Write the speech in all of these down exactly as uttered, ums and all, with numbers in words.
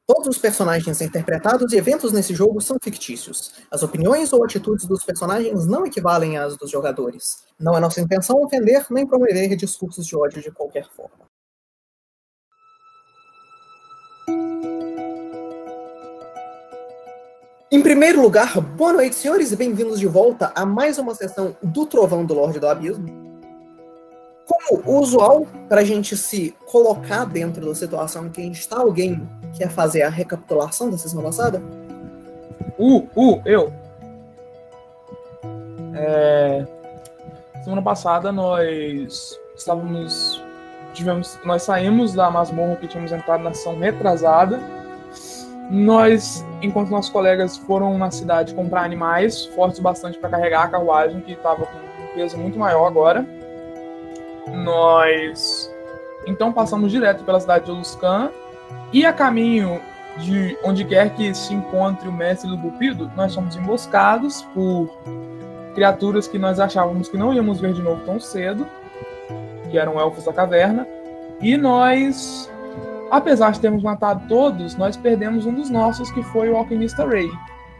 Todos os personagens interpretados e eventos nesse jogo são fictícios. As opiniões ou atitudes dos personagens não equivalem às dos jogadores. Não é nossa intenção ofender nem promover discursos de ódio de qualquer forma. Em primeiro lugar, boa noite, senhores, e bem-vindos de volta a mais uma sessão do Trovão do Lorde do Abismo. Como usual, para a gente se colocar dentro da situação em que a gente está, alguém quer fazer a recapitulação da sessão passada? Uh, uh, eu. É... Semana passada nós estávamos, tivemos, nós saímos da masmorra que tínhamos entrado na sessão retrasada. Nós, enquanto nossos colegas foram na cidade comprar animais fortes bastante para carregar a carruagem, que estava com um peso muito maior agora, nós então passamos direto pela cidade de Luskan e a caminho de onde quer que se encontre o mestre do Bupido, nós somos emboscados por criaturas que nós achávamos que não íamos ver de novo tão cedo, que eram elfos da caverna, e nós, apesar de termos matado todos, nós perdemos um dos nossos, que foi o alquimista Ray.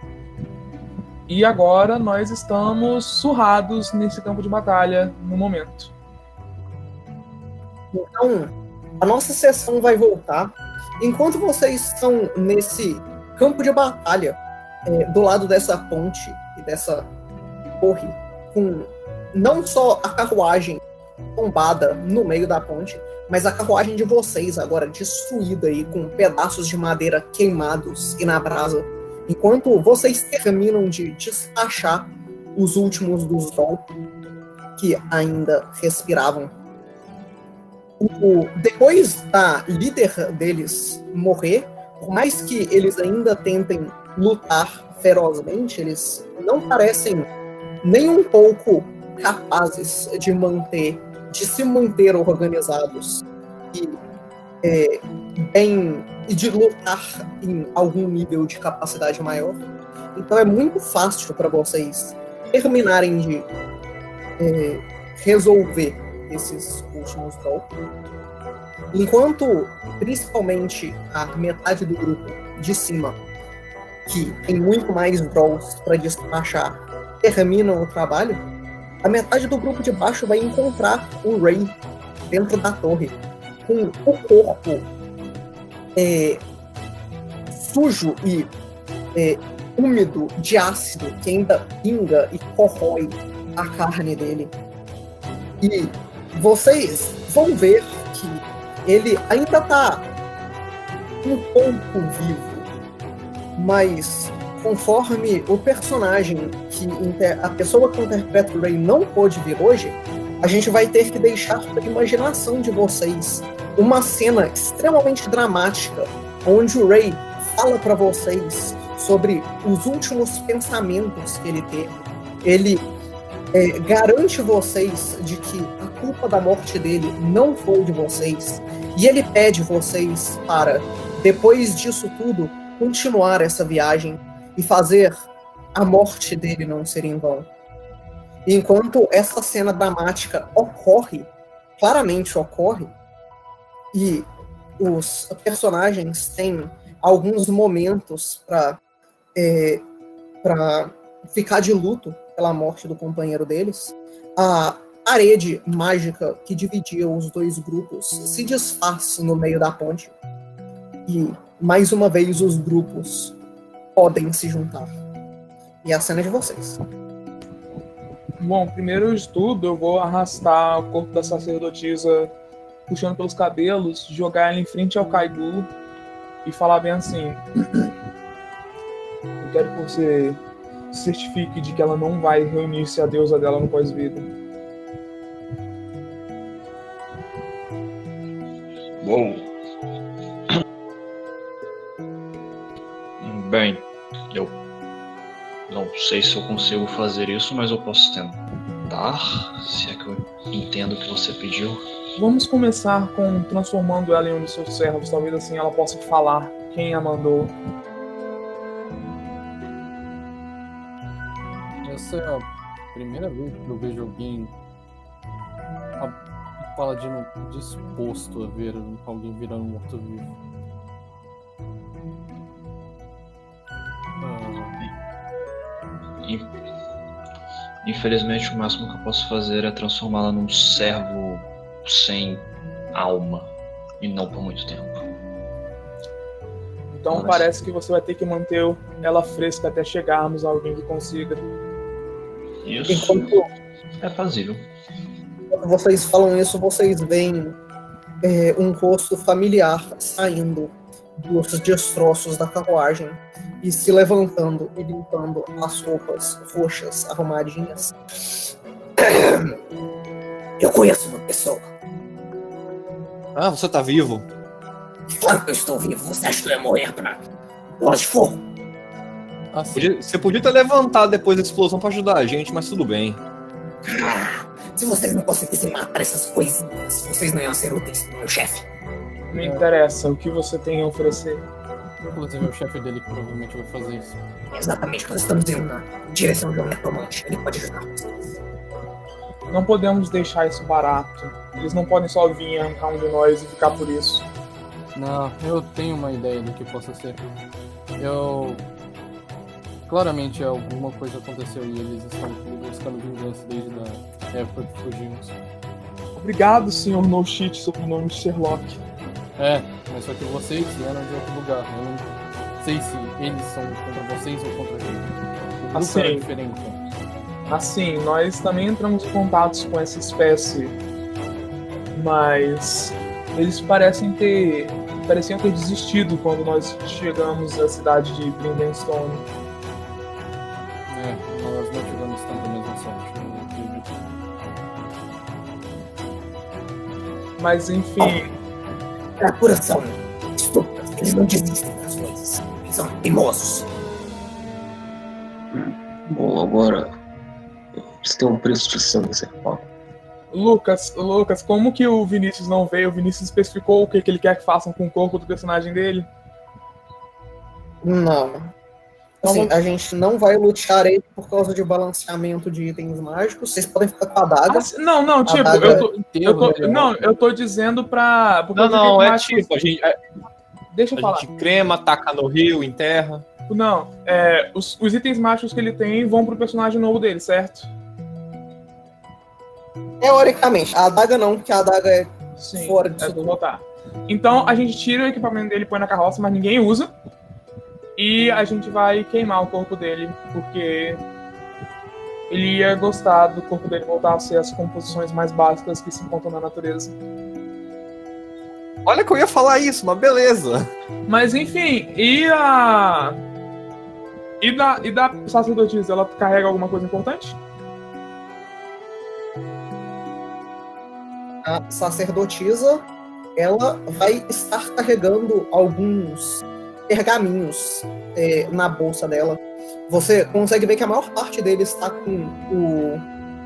E agora nós estamos surrados nesse campo de batalha no momento. Então, a nossa sessão vai voltar. Enquanto vocês estão nesse campo de batalha, é, do lado dessa ponte e dessa torre, com não só a carruagem tombada no meio da ponte, mas a carruagem de vocês agora destruída aí, com pedaços de madeira queimados e na brasa, enquanto vocês terminam de despachar os últimos dos Drow que ainda respiravam. O, depois da líder deles morrer, por mais que eles ainda tentem lutar ferozmente, eles não parecem nem um pouco capazes de manter, de se manter organizados e é, bem, e de lutar em algum nível de capacidade maior. Então é muito fácil para vocês terminarem de é, resolver esses últimos golpes. Enquanto, principalmente, a metade do grupo de cima, que tem muito mais Drolls para despachar, terminam o trabalho, a metade do grupo de baixo vai encontrar o Ray dentro da torre, com o corpo é, sujo e é, úmido de ácido, que ainda pinga e corrói a carne dele. E vocês vão ver que ele ainda está um pouco vivo, mas conforme o personagem, que a pessoa que interpreta o Ray não pôde vir hoje, a gente vai ter que deixar para a imaginação de vocês uma cena extremamente dramática, onde o Ray fala para vocês sobre os últimos pensamentos que ele teve. Ele é, garante vocês de que a culpa da morte dele não foi de vocês, e ele pede vocês para, depois disso tudo, continuar essa viagem e fazer a morte dele não ser em vão. E enquanto essa cena dramática ocorre, claramente ocorre, e os personagens têm alguns momentos para é, para ficar de luto pela morte do companheiro deles, a parede mágica que dividia os dois grupos se desfaz no meio da ponte. E, mais uma vez, os grupos podem se juntar. E a cena é de vocês. Bom, primeiro de tudo, eu vou arrastar o corpo da sacerdotisa, puxando pelos cabelos, jogar ela em frente ao Kaidu e falar bem assim: eu quero que você certifique de que ela não vai reunir-se à deusa dela no pós-vida. Bom. Bem, eu não sei se eu consigo fazer isso, mas eu posso tentar, se é que eu entendo o que você pediu. Vamos começar com transformando ela em um de seus servos, talvez assim ela possa falar quem a mandou. Essa é a primeira vez que eu vejo alguém, um paladino disposto a ver alguém virando morto-vivo. in- infelizmente, o máximo que eu posso fazer é transformá-la num servo sem alma. E não por muito tempo. Então Mas- parece que você vai ter que manter ela fresca até chegarmos a alguém que consiga. Isso Enquanto é fazível. Quando vocês falam isso, vocês veem é, um rosto familiar saindo dos destroços da carruagem e se levantando e limpando as roupas roxas arrumadinhas. Eu conheço uma pessoa. Ah, você tá vivo? Claro que eu estou vivo. Você acha que eu ia morrer pra bola de fogo? Assim, Podia- você podia ter levantado depois da explosão pra ajudar a gente, mas tudo bem. Ah, se vocês não conseguissem matar essas coisinhas, vocês não iam ser úteis pro meu chefe. Não interessa o que você tem a oferecer. inclusive é o chefe dele que provavelmente vai fazer isso. Exatamente, nós estamos indo na direção de um necromante. Ele pode ajudar vocês. Não podemos deixar isso barato. Eles não podem só vir arrancar um de nós e ficar por isso. Não, eu tenho uma ideia do que possa ser. Eu... Claramente alguma coisa aconteceu e eles estão buscando vingança desde a época que fugimos. Obrigado, senhor No Shit, sobrenome de Sherlock. É, mas só que vocês vieram de outro lugar. Eu não sei se eles são contra vocês ou contra eles. O grupo Assim. era diferente. Assim, nós também entramos em contatos com essa espécie, mas eles parecem ter pareciam ter desistido quando nós chegamos à cidade de Brindenstone. É, nós não tivemos tanta mesma sorte. Eu acredito. Mas enfim, Criaturas são estúpidas. Eles não desistem das coisas. Eles são teimosos. Bom, agora isso tem um preço de sangue ser pago. Lucas, Lucas, como que o Vinícius não veio? O Vinícius especificou o que, que ele quer que façam com o corpo do personagem dele? Não. Assim, Então, a gente não vai lutear ele por causa de balanceamento de itens mágicos. Vocês podem ficar com a adaga. Ah, se- não, não, tipo, Adaga eu tô, eu Inteiro, tô- né? não, eu tô dizendo pra... porque Não, eu fiquei não, com é mais- tipo, a gente, a, Deixa eu a falar. gente crema, taca no rio, enterra. Não, é, os, os itens mágicos que ele tem vão pro personagem novo dele, certo? Teoricamente, a adaga não, porque a adaga é Sim, fora disso é pra tudo. voltar. Então a gente tira o equipamento dele e põe na carroça, mas ninguém usa. E a gente vai queimar o corpo dele, porque ele ia gostar do corpo dele voltar a ser as composições mais básicas que se encontram na natureza. Olha que eu ia falar isso, mas beleza. Mas enfim, e a. E da, e da sacerdotisa, ela carrega alguma coisa importante? A sacerdotisa, ela vai estar carregando alguns pergaminhos é, na bolsa dela. Você consegue ver que a maior parte dele está com o,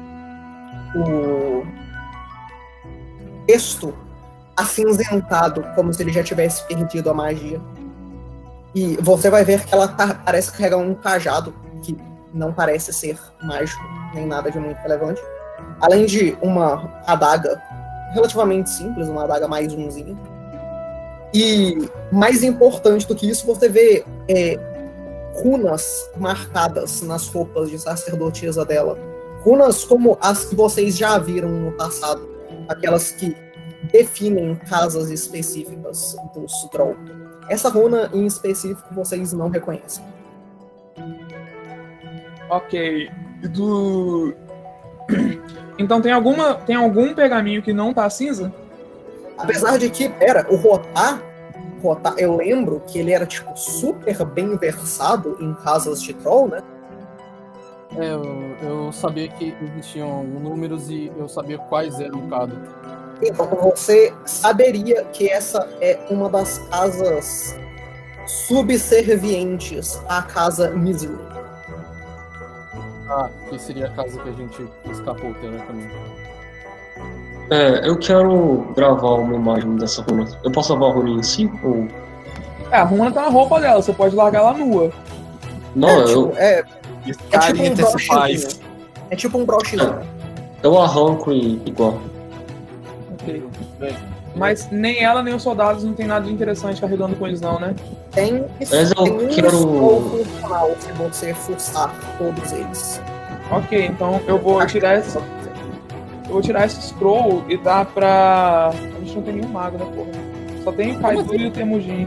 o texto acinzentado, como se ele já tivesse perdido a magia. E você vai ver que ela car- parece carregar um cajado, que não parece ser mágico, nem nada de muito relevante. Além de uma adaga relativamente simples, uma adaga mais umzinha. E mais importante do que isso, você vê é, runas marcadas nas roupas de sacerdotisa dela. Runas como as que vocês já viram no passado. Aquelas que definem casas específicas dos Drow. Essa runa em específico vocês não reconhecem. Ok. E do. Então tem alguma. Tem algum pergaminho que não tá cinza? Apesar de que, pera, o Rotar, Rotar, eu lembro que ele era, tipo, super bem versado em casas de troll, né? É, eu, eu sabia que existiam números e eu sabia quais eram cada. Então você saberia que essa é uma das casas subservientes à casa Misery. Ah, que seria a casa que a gente escapou, teoricamente. É, eu quero gravar uma imagem dessa runa. Eu posso levar a runa em si? Ou... É, a runa tá na roupa dela, você pode largar ela nua. Não, é, eu, tipo, é, E é tipo carinha um que se faz. brochezinho. É tipo um brochezinho. eu arranco e igual. Ok. Bem, Mas nem ela nem os soldados não tem nada de interessante carregando com eles não, né? Tem, Mas eu tem um quero- scroll funcional se você forçar todos eles. Ok, então eu vou tirar esse, eu vou tirar esse scroll e dar pra... A gente não tem nenhum mago, né, porra? Só tem o Kaidu e o Temujin.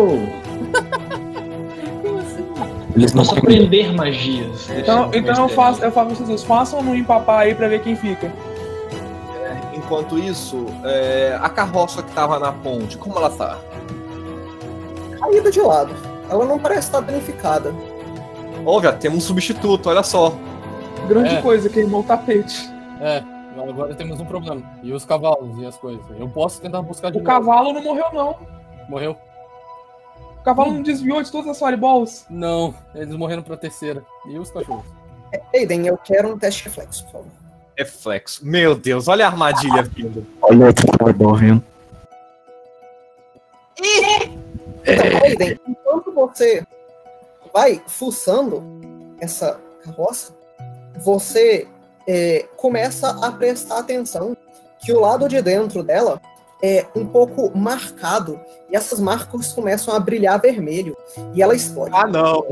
Eles não Posso têm aprender magias. Então, Deixa então eu ver. faço, eu faço vocês dois. Façam no empapar aí pra ver quem fica. Enquanto isso, é, a carroça que tava na ponte, como ela tá? Caída de lado. Ela não parece estar danificada. Ó, já temos um substituto, olha só. Grande É. coisa, queimou o tapete. É, agora temos um problema. E os cavalos e as coisas. Eu posso tentar buscar de O novo. cavalo não morreu, não. Morreu? O cavalo não desviou de todas as fireballs. Não, eles morreram pra terceira. E os cachorros? Aiden, eu quero um teste de reflexo, por favor. Reflexo. Meu Deus, olha a armadilha vindo. Olha outro fireball vindo. Então, Aiden, enquanto você vai fuçando essa carroça, você é, começa a prestar atenção que o lado de dentro dela é um pouco marcado e essas marcas começam a brilhar vermelho e ela explode. Ah, não.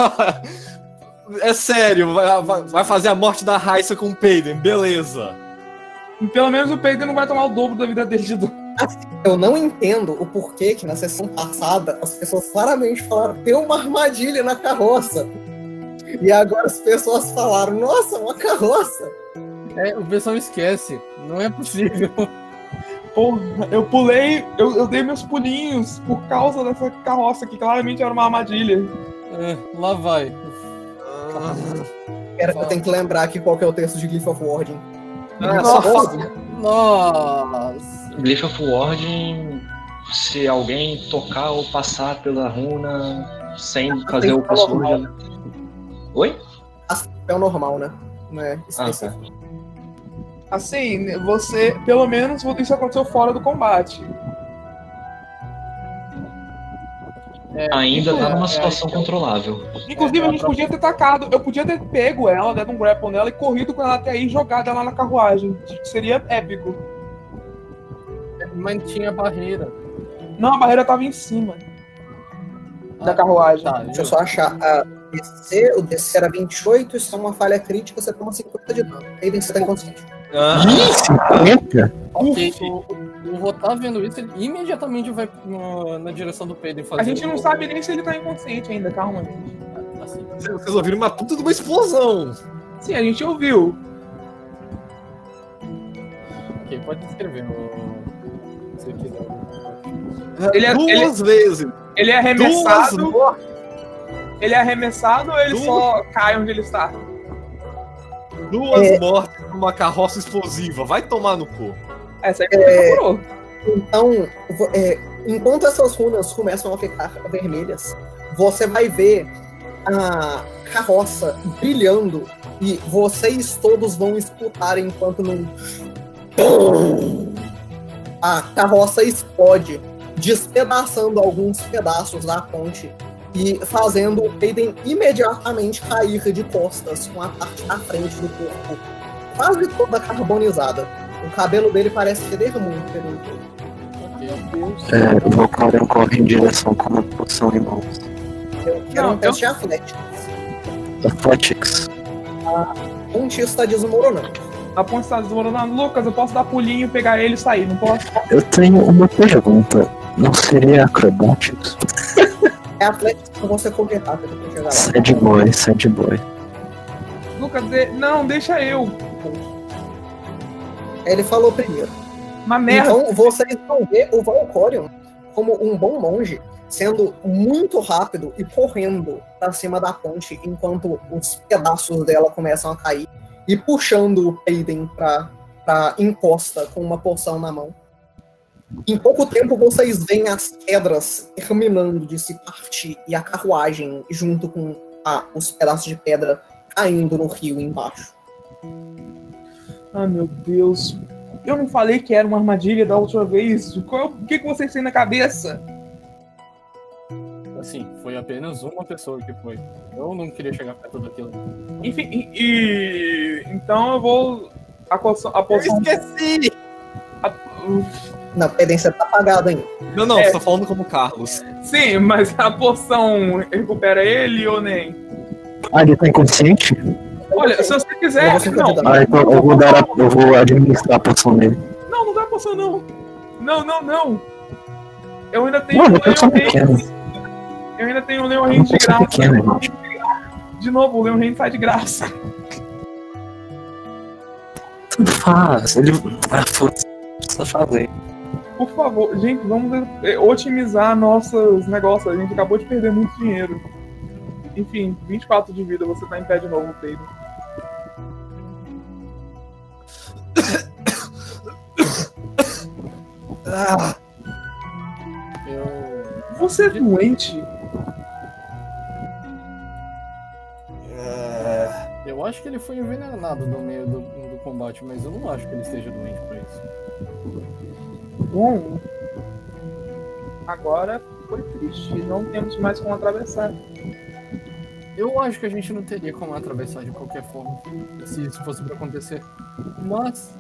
É sério, vai, vai- vai fazer a morte da Raissa com o Payden, beleza. E pelo menos o Pedro não vai tomar o dobro da vida dele de dor. Eu não entendo o porquê que na sessão passada as pessoas claramente falaram tem uma armadilha na carroça. E agora as pessoas falaram, nossa, uma carroça. É, o pessoal esquece. Não é possível. Porra, eu pulei, eu, eu dei meus pulinhos por causa dessa carroça que claramente era uma armadilha. É, lá vai. Pera, eu tenho que lembrar aqui qual que é o texto de Glyph of Warding. Ah, Nossa. Nossa! Glyph of Warding, se alguém tocar ou passar pela runa sem fazer o que falar passo. Oi? É o normal, né? Não é Ah, específico. tá. Assim, você, pelo menos, isso aconteceu fora do combate. Ainda tá é, numa é, situação é, controlável. Inclusive, a gente podia ter tacado, eu podia ter pego ela, dado um grapple nela e corrido com ela até aí e jogado ela na carruagem. Seria épico. Mas tinha barreira. Não, a barreira tava em cima da Ah, carruagem. Tá, Deixa eu só achar. A D C, o D C era vinte e oito, isso é uma falha crítica, você toma cinquenta de dano. Aiden, você tá inconsciente. Ah, cinquenta? Ok, o, o Rotar vendo isso, ele imediatamente vai na, na direção do Pedro e fazer. A gente não sabe nem se ele tá inconsciente ainda, calma, gente. Assim. vocês ouviram uma puta de uma explosão. Sim, a gente ouviu. Ok, pode descrever o. Se quiser. Ele é- Duas vezes. Ele é Duas arremessado. mortes. Ele é arremessado ou ele Duas- só cai onde ele está? Duas É. mortes numa carroça explosiva. Vai tomar no cu. Essa aí você procurou. Então, vo- é, enquanto essas runas começam a ficar vermelhas, você vai ver a carroça brilhando e vocês todos vão escutar enquanto não. A carroça explode, despedaçando alguns pedaços da ponte e fazendo o Aiden imediatamente cair de costas com a parte da frente do corpo quase toda carbonizada. O cabelo dele parece ceder muito pelo Ok. Meu Deus. É, o Valkyrian corre em direção com uma poção em mãos. Eu quero Não, um teste de Athletics. Athletics. A ponte está desmoronando. A ponte está desmoronando. Lucas, eu posso dar pulinho, pegar ele e sair, não posso? Eu tenho uma pergunta. Não seria Acrobatics? É Athletics pra você correr rápido pra chegar lá. Sad boy, sad boy. Lucas, de... não, deixa eu. Ele falou primeiro. Uma merda. Então vocês vão ver o Valkorion como um bom monge, sendo muito rápido e correndo pra cima da ponte enquanto os pedaços dela começam a cair e puxando o Aiden pra, pra encosta com uma poção na mão. Em pouco tempo vocês veem as pedras terminando de se partir e a carruagem junto com a, os pedaços de pedra caindo no rio embaixo. Ah, meu Deus. Eu não falei que era uma armadilha da outra vez. Qual- O que, que vocês têm na cabeça? Assim, foi apenas uma pessoa que foi. Eu não queria chegar perto daquilo. Enfim, e, e- então eu vou. A poção. A Eu poção esqueci! a- uf, Não, Peden, você tá apagado ainda. Não, não, É. você tá falando como Carlos. Sim, mas a poção recupera ele ou nem? Ah, ele tá inconsciente? Olha, se você quiser. Eu vou Não, ajudar. Ah, então eu vou dar a, eu vou administrar a poção dele. não, não dá poção, não. Não, não, não. Eu ainda tenho Mano, um a poção Leon pequena. Hand. Eu ainda tenho um Leon É Hand uma de poção graça. pequena, gente. De novo, o Leon Hand sai de graça. Tanto faz. Ele. Ah, foda-se. Precisa fazer. Por favor, gente, vamos eh, otimizar nossos negócios. A gente acabou de perder muito dinheiro. Enfim, vinte e quatro de vida, você tá em pé de novo, Pedro. Ah, Eu. Você é doente? Eu acho que ele foi envenenado no meio do, do combate, mas eu não acho que ele esteja doente pra isso. Bom, agora foi triste. Não temos mais como atravessar. Eu acho que a gente não teria como atravessar de qualquer forma, se isso fosse pra acontecer. Mas.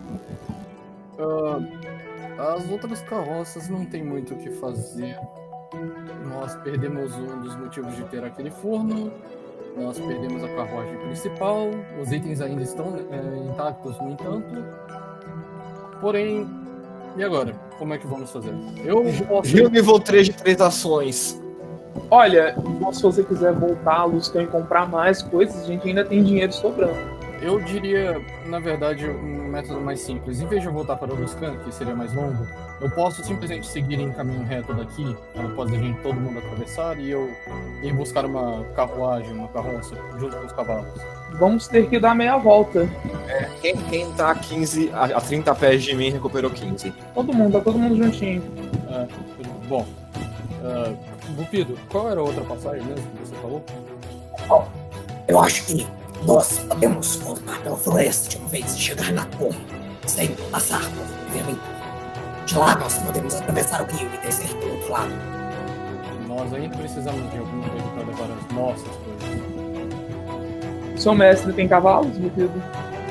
ah, as outras carroças não tem muito o que fazer. Nós perdemos um dos motivos de ter aquele forno. Nós perdemos a carruagem principal. Os itens ainda estão é, intactos, no entanto. Porém, e agora? Como é que vamos fazer? Eu posso. Rio nível três de três ações. Olha, se você quiser voltar a Luscan e comprar mais coisas, a gente ainda tem dinheiro sobrando. Eu diria, na verdade, um método mais simples. Em vez de eu voltar para o Luscan, que seria mais longo, eu posso simplesmente seguir em caminho reto daqui, após a gente todo mundo atravessar, e eu ir buscar uma carruagem, uma carroça, junto com os cavalos. Vamos ter que dar meia volta. Quem, quem tá a quinze, a, a trinta pés de mim recuperou quinze. Todo mundo, tá todo mundo juntinho. É, bom, uh, Bupido, qual era a outra passagem mesmo que você falou? Eu acho que nós podemos voltar pela floresta de uma vez e chegar na torre, sem passar por Vermintide. De lá nós podemos atravessar o rio e descer pelo outro lado. Nós ainda precisamos de algum coisa para levar as nossas coisas. Seu mestre tem cavalos, meu querido?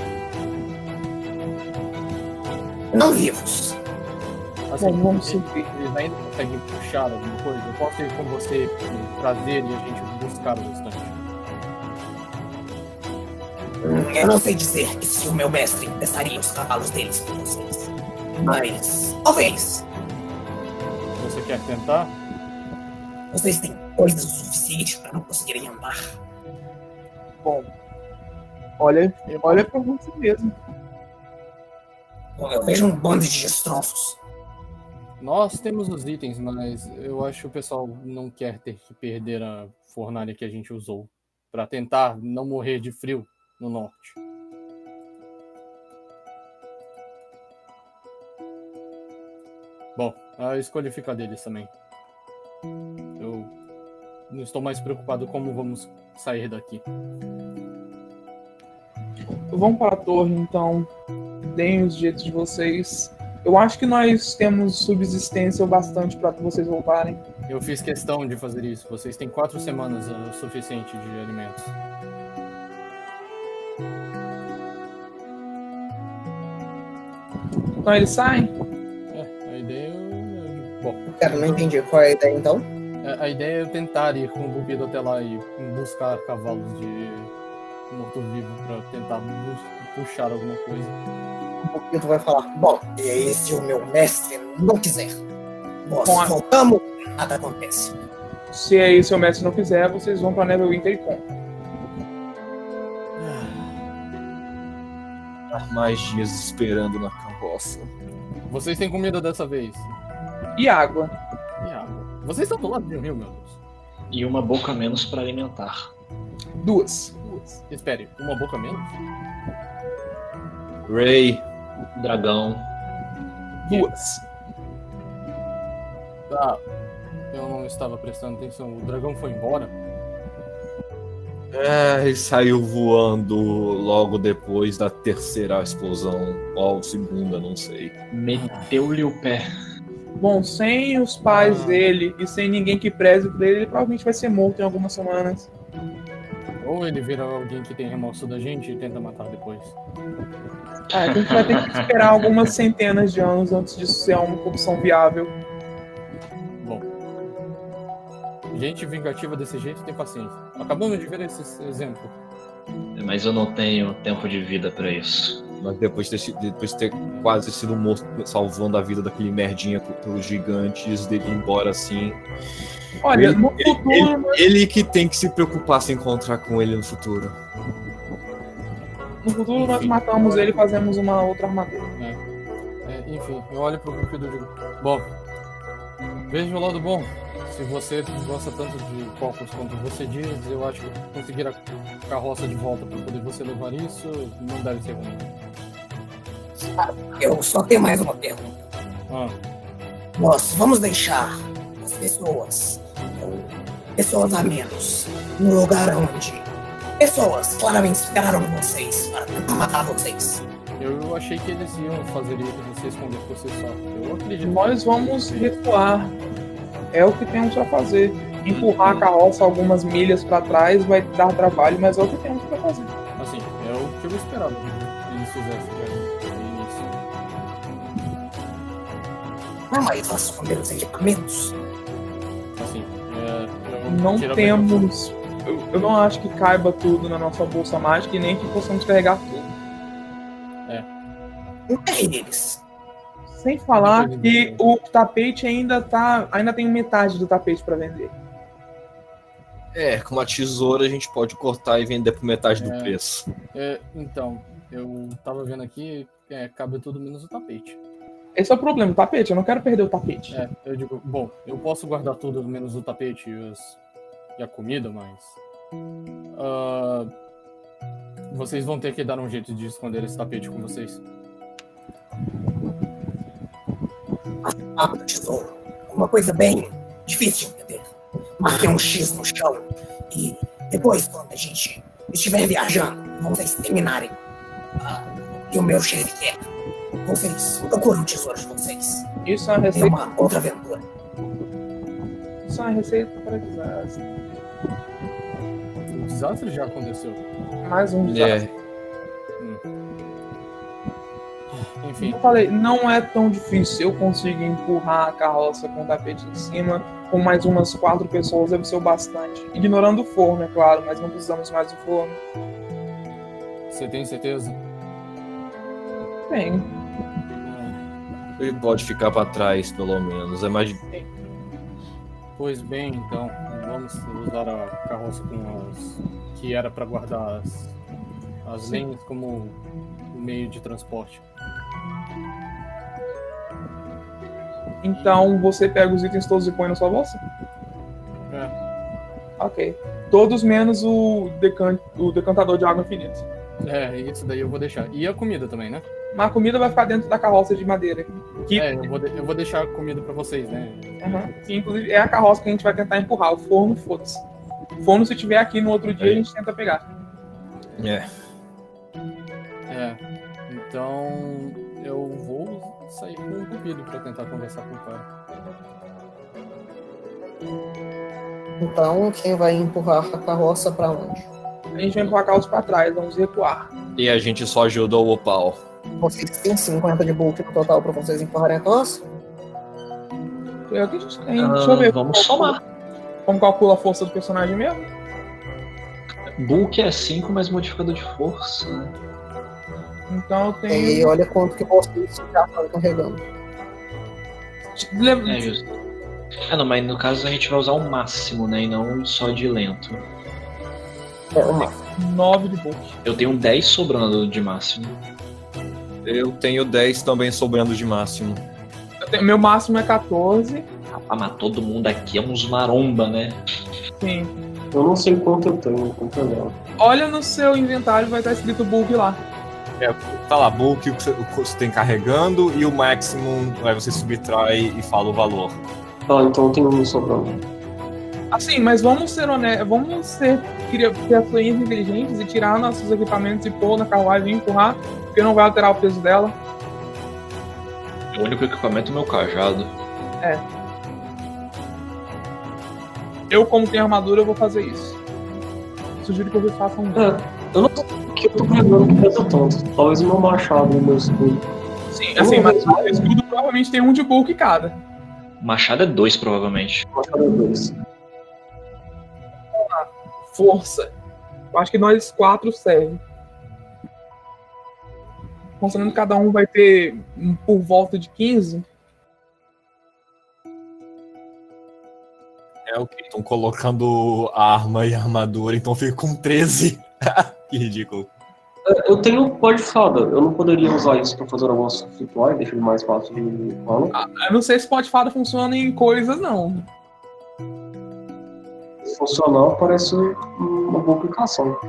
Não vivos. Assim, Bom, vamos eles, subir. eles ainda conseguem puxar alguma coisa? Eu posso ir com você pro prazer e a gente buscar o restante. Hum, Eu não sei dizer que se o meu mestre emprestaria os cavalos deles para vocês. Mas, talvez. Você quer tentar? Vocês têm coisas o suficiente para não conseguirem andar. Bom, olha, olha pra você mesmo. Bom, eu vejo um bando de destroços. Nós temos os itens, mas eu acho que o pessoal não quer ter que perder a fornalha que a gente usou para tentar não morrer de frio no norte. Bom, a escolha fica deles também. Eu não estou mais preocupado como vamos sair daqui. Vamos para a torre, então. Deem os jeitos de vocês. Eu acho que nós temos subsistência o bastante para vocês voltarem. Eu fiz questão de fazer isso. Vocês têm quatro semanas o suficiente de alimentos. Então eles saem? É, a ideia é... Bom, cara, não entendi qual é a ideia então. a- a ideia é tentar ir com o Bupido até lá e buscar cavalos de morto-vivo para tentar bus- puxar alguma coisa. O Pinto vai falar. Bom, e se o meu mestre não quiser? Nós Com a- voltamos, nada acontece. Se aí seu mestre não quiser, vocês vão para Neverwinter e compram. Mais dias esperando na carroça. Vocês têm comida dessa vez? E água. E água? Vocês estão do lado de um rio, meu Deus. E uma boca menos para alimentar. Duas. Duas. Espere, uma boca menos? Ray, Dragão. Duas. Ah, eu não estava prestando atenção. O dragão foi embora? é, ele saiu voando logo depois da terceira explosão, ou segunda, não sei. Meteu-lhe o pé. Bom, sem os pais Ah. dele e sem ninguém que preze por ele, ele provavelmente vai ser morto em algumas semanas. Ou ele vira alguém que tem remorso da gente e tenta matar depois. É, a gente vai ter que esperar algumas centenas de anos antes disso ser uma opção viável. Bom. Gente vingativa desse jeito tem paciência. Acabamos de ver esse exemplo. Mas eu não tenho tempo de vida pra isso. Mas depois de, ter, depois de ter quase sido morto, salvando a vida daquele merdinha pelos gigantes, dele ir embora assim. Olha, ele, no futuro... Ele, ele que tem que se preocupar se encontrar com ele no futuro. No futuro enfim, nós matamos ele e fazemos uma outra armadura. É. É, enfim, eu olho pro Cupido e digo... Bom, veja o lado bom. Se você gosta tanto de corpos quanto você diz, eu acho que conseguir a carroça de volta para poder você levar isso não deve ser ruim. Eu só tenho mais uma pergunta. Ah. Nós vamos deixar as pessoas, ou pessoas a menos, no lugar onde pessoas claramente esperaram vocês para tentar matar vocês. Eu achei que eles iam fazer isso e você esconder por si só. Eu acredito. Nós vamos recuar. É o que temos para fazer. Empurrar a carroça algumas milhas para trás vai dar trabalho, mas é o que temos para fazer. Assim, é o que eu esperava que eles fizessem no início. Não, mas nós esconder os equipamentos. Assim, é, eu não temos. Eu, eu não acho que caiba tudo na nossa bolsa mágica e nem que possamos carregar tudo. É. Enterre deles. Sem falar que o tapete ainda tá, ainda tem metade do tapete para vender. É, com uma tesoura a gente pode cortar e vender por metade é, do preço. É, então, eu tava vendo aqui, é, cabe tudo menos o tapete. Esse é o problema, o tapete, eu não quero perder o tapete. É, eu digo, bom, eu posso guardar tudo menos o tapete e, os, e a comida, mas... Uh, vocês vão ter que dar um jeito de esconder esse tapete com vocês. Ah, tesouro. Uma coisa bem difícil de entender. Mas tem um X no chão. E depois, quando a gente estiver viajando, vocês terminarem ah, e o meu chefe quer, vocês procuram o tesouro de vocês. Isso é uma receita. É uma outra aventura. Isso é uma receita para desastre. O desastre já aconteceu. Mais um desastre. É. Enfim. Eu falei, não é tão difícil. Eu consigo empurrar a carroça com o tapete em cima. Com mais umas quatro pessoas deve ser o bastante. Ignorando o forno, é claro, mas não precisamos mais do forno. Você tem certeza? Tenho. Ele pode ficar para trás, pelo menos. É mais. Pois bem, então, vamos usar a carroça com as... que era para guardar as, as lenhas como meio de transporte. Então você pega os itens todos e põe na sua bolsa? É. Ok. Todos menos o, decan... o decantador de água infinita. É, isso daí eu vou deixar. E a comida também, né? Mas a comida vai ficar dentro da carroça de madeira. Que... É, eu vou, de... eu vou deixar a comida pra vocês, né? Uhum. Que inclusive é a carroça que a gente vai tentar empurrar. O forno, foda-se. O forno, se tiver aqui no outro dia, é. a gente tenta pegar. É. É. Então eu vou sair com o Cupido pra tentar conversar com o cara. Então, quem vai empurrar a carroça pra onde? A gente vai empurrar a carroça pra trás, vamos recuar. E a gente só ajuda o Opal. Vocês têm cinquenta de bulk no total pra vocês empurrarem a carroça? É o que a gente tem. Ah, deixa eu ver. Vamos somar. Como calcula a força do personagem mesmo? Bulk é cinco mais modificador de força. Então eu tenho. E olha quanto que vocês já estão carregando. É justo. Ah, não, mas no caso a gente vai usar o máximo, né? E não só de lento. É o máximo. nove de bulk. Eu tenho dez sobrando de máximo. Eu tenho dez também sobrando de máximo. Eu tenho... Meu máximo é quatorze. Rapaz, mas todo mundo aqui é uns maromba, né? Sim. Eu não sei quanto eu tenho, quanto eu Olha no seu inventário, vai estar escrito bulk lá. É, tá lá, bulk o que você tem carregando e o maximum, aí você subtrai e fala o valor. Ah, então eu tenho um sobrando. Assim, mas vamos ser honestos, vamos ser criações inteligentes e tirar nossos equipamentos e pôr na carruagem e empurrar, porque não vai alterar o peso dela. O único equipamento é o meu cajado. É. Eu, como tenho armadura, eu vou fazer isso. sugiro que vocês façam um. É, eu não tô que eu tô precisando que pesa tanto. Talvez o meu machado e o meu escudo. Sim, assim, mas o escudo provavelmente tem um de bulk cada. Machado é dois, provavelmente. Machado é dois. Força. Eu acho que nós quatro serve. Considerando que cada um vai ter um por volta de quinze. É o que? Estão colocando arma e armadura, então fica com treze. Que ridículo. É, eu tenho pó de fada. Eu não poderia usar isso pra fazer o negócio ritual e deixar ele mais fácil de falar. Ah, eu não sei se pó de fada funciona em coisas, não. Funcional parece uma boa aplicação.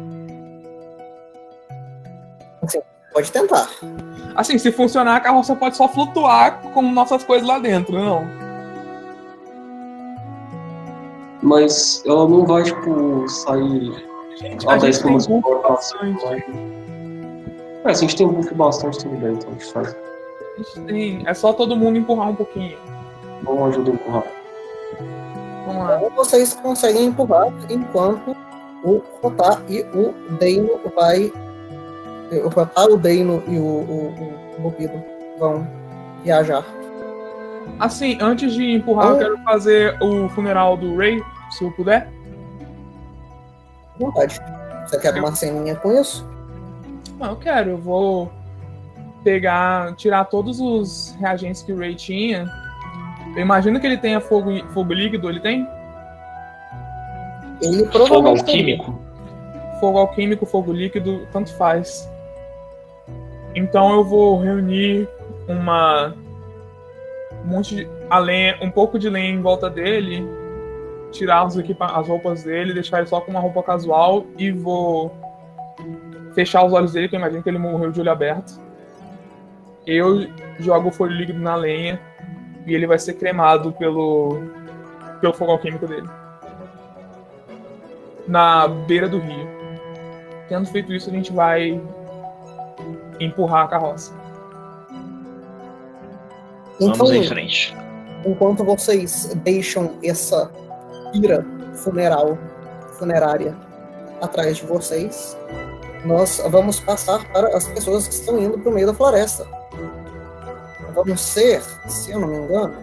Assim, pode tentar. Assim, se funcionar, a carroça pode só flutuar com nossas coisas lá dentro, não. Mas ela não vai, tipo, sair. Gente, Ah, a dez gente tem como buff se bastante. É, se a gente tem buff bastante, tudo bem, então a gente faz. A gente tem. É só todo mundo empurrar um pouquinho. Vamos ajudar a empurrar. Vamos lá. Então vocês conseguem empurrar enquanto o Rotar e o Deino vai. O Rotar, o Deino e o, o, o Bupido vão viajar. Assim, antes de empurrar, eu quero fazer o funeral do Ray, se eu puder. À vontade. Você quer uma ceninha com isso? Não, eu quero. Eu vou pegar, tirar todos os reagentes que o Ray tinha. Eu imagino que ele tenha fogo, fogo líquido, ele tem? Ele Fogo provavelmente alquímico? Fogo alquímico, fogo líquido, tanto faz. Então eu vou reunir uma um monte de a lenha, um pouco de lenha em volta dele, tirar os equipa as roupas dele, deixar ele só com uma roupa casual e vou fechar os olhos dele, que eu imagino que ele morreu de olho aberto. Eu jogo o fogo líquido na lenha e ele vai ser cremado pelo pelo fogo alquímico dele. Na beira do rio. Tendo feito isso, a gente vai empurrar a carroça. Então, Vamos em frente. enquanto vocês deixam essa ira funeral, funerária atrás de vocês, nós vamos passar para as pessoas que estão indo para o meio da floresta. Vamos ser, se eu não me engano,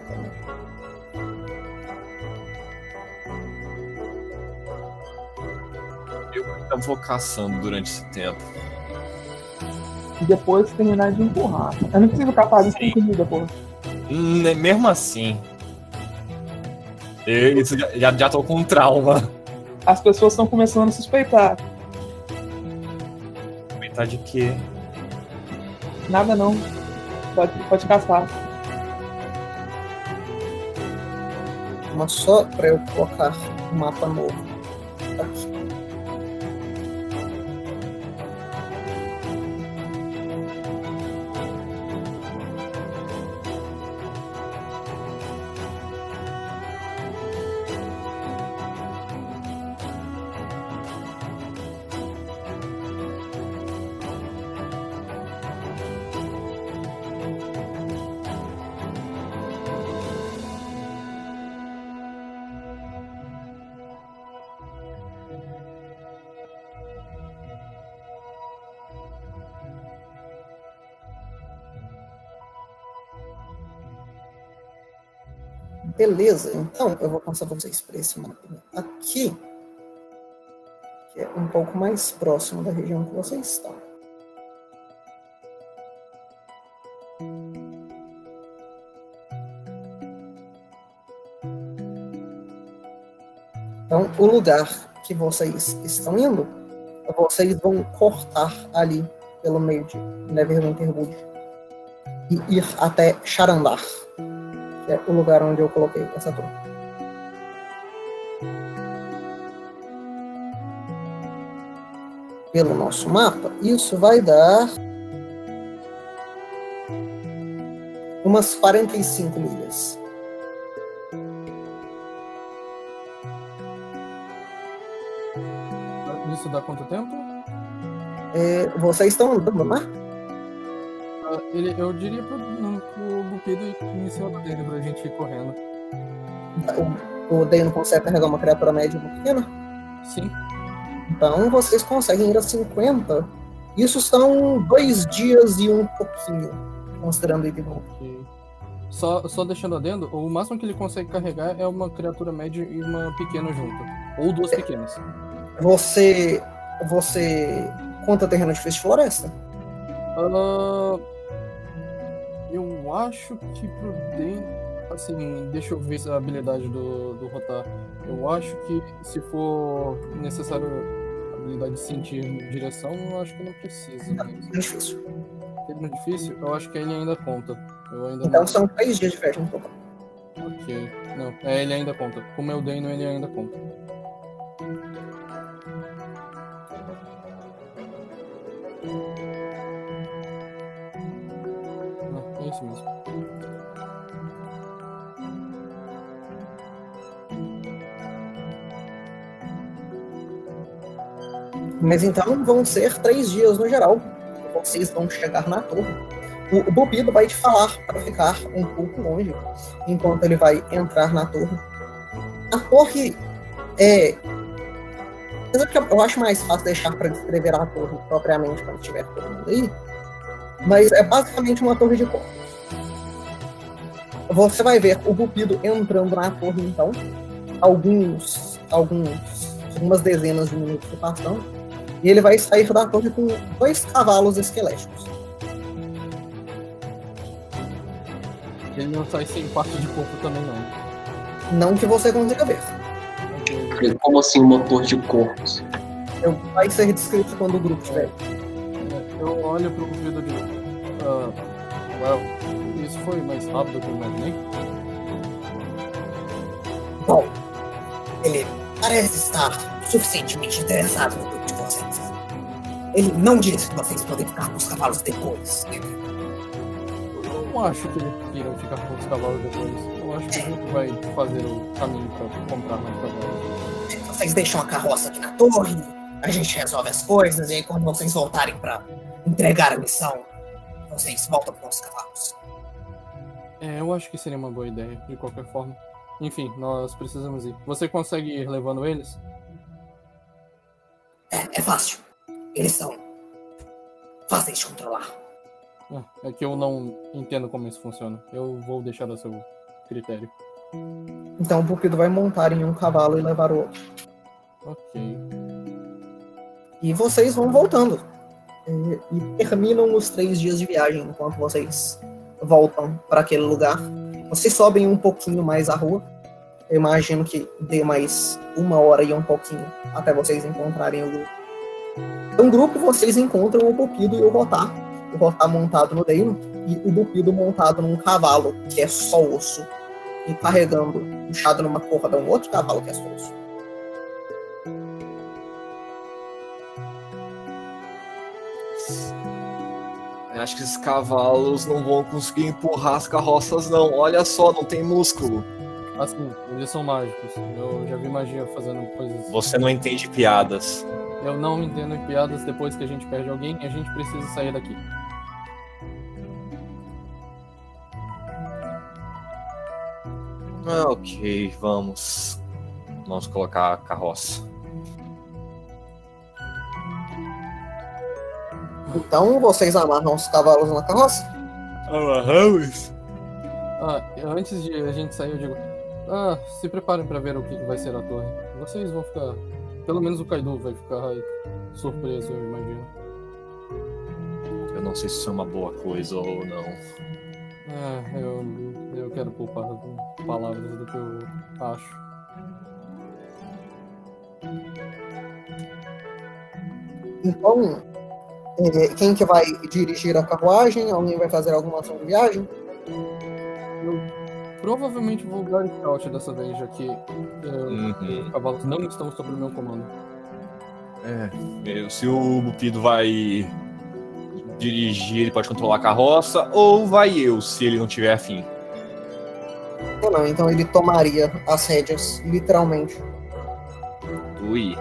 Eu ainda vou caçando durante esse tempo. E depois terminar de empurrar. Eu não preciso capaz de sem comida, pô. Hum, Mesmo assim. Eu isso já, já, já tô com trauma. As pessoas estão começando a suspeitar. Suspeitar de quê? Nada não. Pode, pode caçar. mas só para eu colocar um mapa novo aqui. Beleza, então eu vou passar para vocês para esse mapa aqui, que é um pouco mais próximo da região que vocês estão. Então, o lugar que vocês estão indo, vocês vão cortar ali pelo meio de Neverwinterwood e ir até Charandar, que é o lugar onde eu coloquei essa torre. Pelo nosso mapa, isso vai dar umas quarenta e cinco milhas. Isso dá quanto tempo? É, vocês estão andando, né? Ah, ele, eu diria pro, pro Bupido iniciar o dele pra gente ir correndo. O, o Dane consegue carregar uma criatura média ou pequena? Sim. Então vocês conseguem ir a cinquenta. Isso são dois dias e um pouquinho, considerando ele bom. Ok. Só, só deixando adendo, o máximo que ele consegue carregar é uma criatura média e uma pequena junto. Ou duas pequenas. Você. Você conta terreno difícil de floresta? Uh, eu acho que prudente. Assim, deixa eu ver a habilidade do, do Rotar. Eu acho que se for necessário a habilidade de sentir direção, eu acho que não precisa. Não, é difícil. Terreno difícil, eu acho que ele ainda conta. Eu ainda Então não... são três dias de festa no total. Ok. Não, é, ele ainda conta. Como eu dei, ele ainda conta. Não, é isso mesmo. Mas então vão ser três dias no geral. Vocês vão chegar na torre. O Bupido vai te falar para ficar um pouco longe, enquanto ele vai entrar na torre. A torre é... Eu acho mais fácil deixar para descrever a torre propriamente quando estiver todo mundo aí. Mas é basicamente uma torre de cor. Você vai ver o Bupido entrando na torre, então. Alguns... alguns algumas dezenas de minutos se passando. E ele vai sair da torre com dois cavalos esqueléticos. Ele não sai sem parte de corpo também, não. Não que você consiga ver. Como assim uma torre de corpos? Eu, vai ser descrito quando o grupo estiver. Eu olho pro Bupido de uh, well, isso foi mais rápido do que eu imaginei. Bom, ele parece estar suficientemente interessado no grupo de vocês. Ele não disse que vocês podem ficar com os cavalos depois. Eu não acho que ele queira ficar com os cavalos depois. Eu acho que a gente vai fazer o caminho pra comprar mais cavalos. Vocês deixam a carroça aqui na torre, a gente resolve as coisas, e aí quando vocês voltarem pra entregar a missão, vocês voltam com os cavalos. É, eu acho que seria uma boa ideia, de qualquer forma. Enfim, nós precisamos ir. Você consegue ir levando eles? É, é fácil. Eles são fáceis de controlar. É, é que eu não entendo como isso funciona. Eu vou deixar a seu critério. Então o Bupido vai montar em um cavalo e levar o outro. Ok. E vocês vão voltando. E, e terminam os três dias de viagem enquanto vocês voltam para aquele lugar. Vocês sobem um pouquinho mais a rua. Eu imagino que dê mais uma hora e um pouquinho até vocês encontrarem o grupo. Então, no grupo, vocês encontram o Bupido e o Rotar. O Rotar montado no Deino e o Bupido montado num cavalo, que é só osso. E carregando, puxado numa corda, um outro cavalo que é só osso. Eu acho que esses cavalos não vão conseguir empurrar as carroças, não. Olha só, não tem músculo. Assim, eles são mágicos. Eu já vi magia fazendo coisas... Você não entende piadas. Eu não entendo piadas. Depois que a gente perde alguém, a gente precisa sair daqui. Ah, ok, vamos. Vamos colocar a carroça. Então, vocês amarram os cavalos na carroça? Amarramos? Ah, antes de a gente sair, eu digo... Ah, se preparem pra ver o que vai ser a torre. Vocês vão ficar... Pelo menos o Kaido vai ficar surpreso, eu imagino. Eu não sei se isso é uma boa coisa ou não. Ah, eu, eu quero poupar palavras do que eu acho. Então, é, quem que vai dirigir a carruagem? Alguém vai fazer alguma ação de viagem? Eu provavelmente vou dar scout dessa vez, já que uh, Uhum. os cavalos não estão sob o meu comando. É, eu- se o Bupido vai dirigir, ele pode controlar a carroça, ou vai eu, se ele não tiver afim. Ou não, então ele tomaria as rédeas, literalmente. Ui.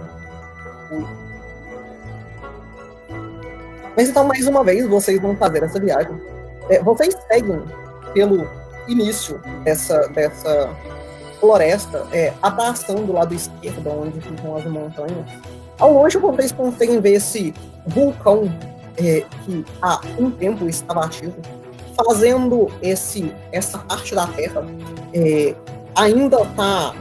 Mas então, mais uma vez, vocês vão fazer essa viagem. É, vocês seguem pelo início dessa, dessa floresta, é, a atração do lado esquerdo, onde ficam as montanhas. Ao longe vocês conseguem ver esse vulcão é, que há um tempo estava ativo, fazendo esse, essa parte da Terra é, ainda tá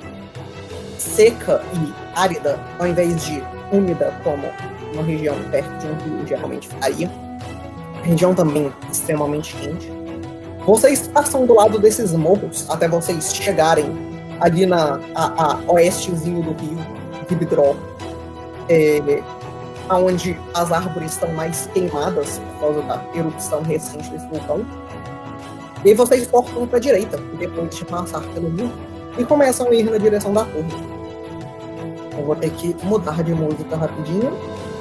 seca e árida, ao invés de úmida, como uma região perto de um rio geralmente ficaria. A região também extremamente quente. Vocês passam do lado desses morros até vocês chegarem ali na a, a oestezinho do rio Gibdró, é, onde as árvores estão mais queimadas por causa da erupção recente desse vulcão. E aí vocês cortam para a direita, depois de passar pelo rio, e começam a ir na direção da torre. Eu vou ter que mudar de música rapidinho.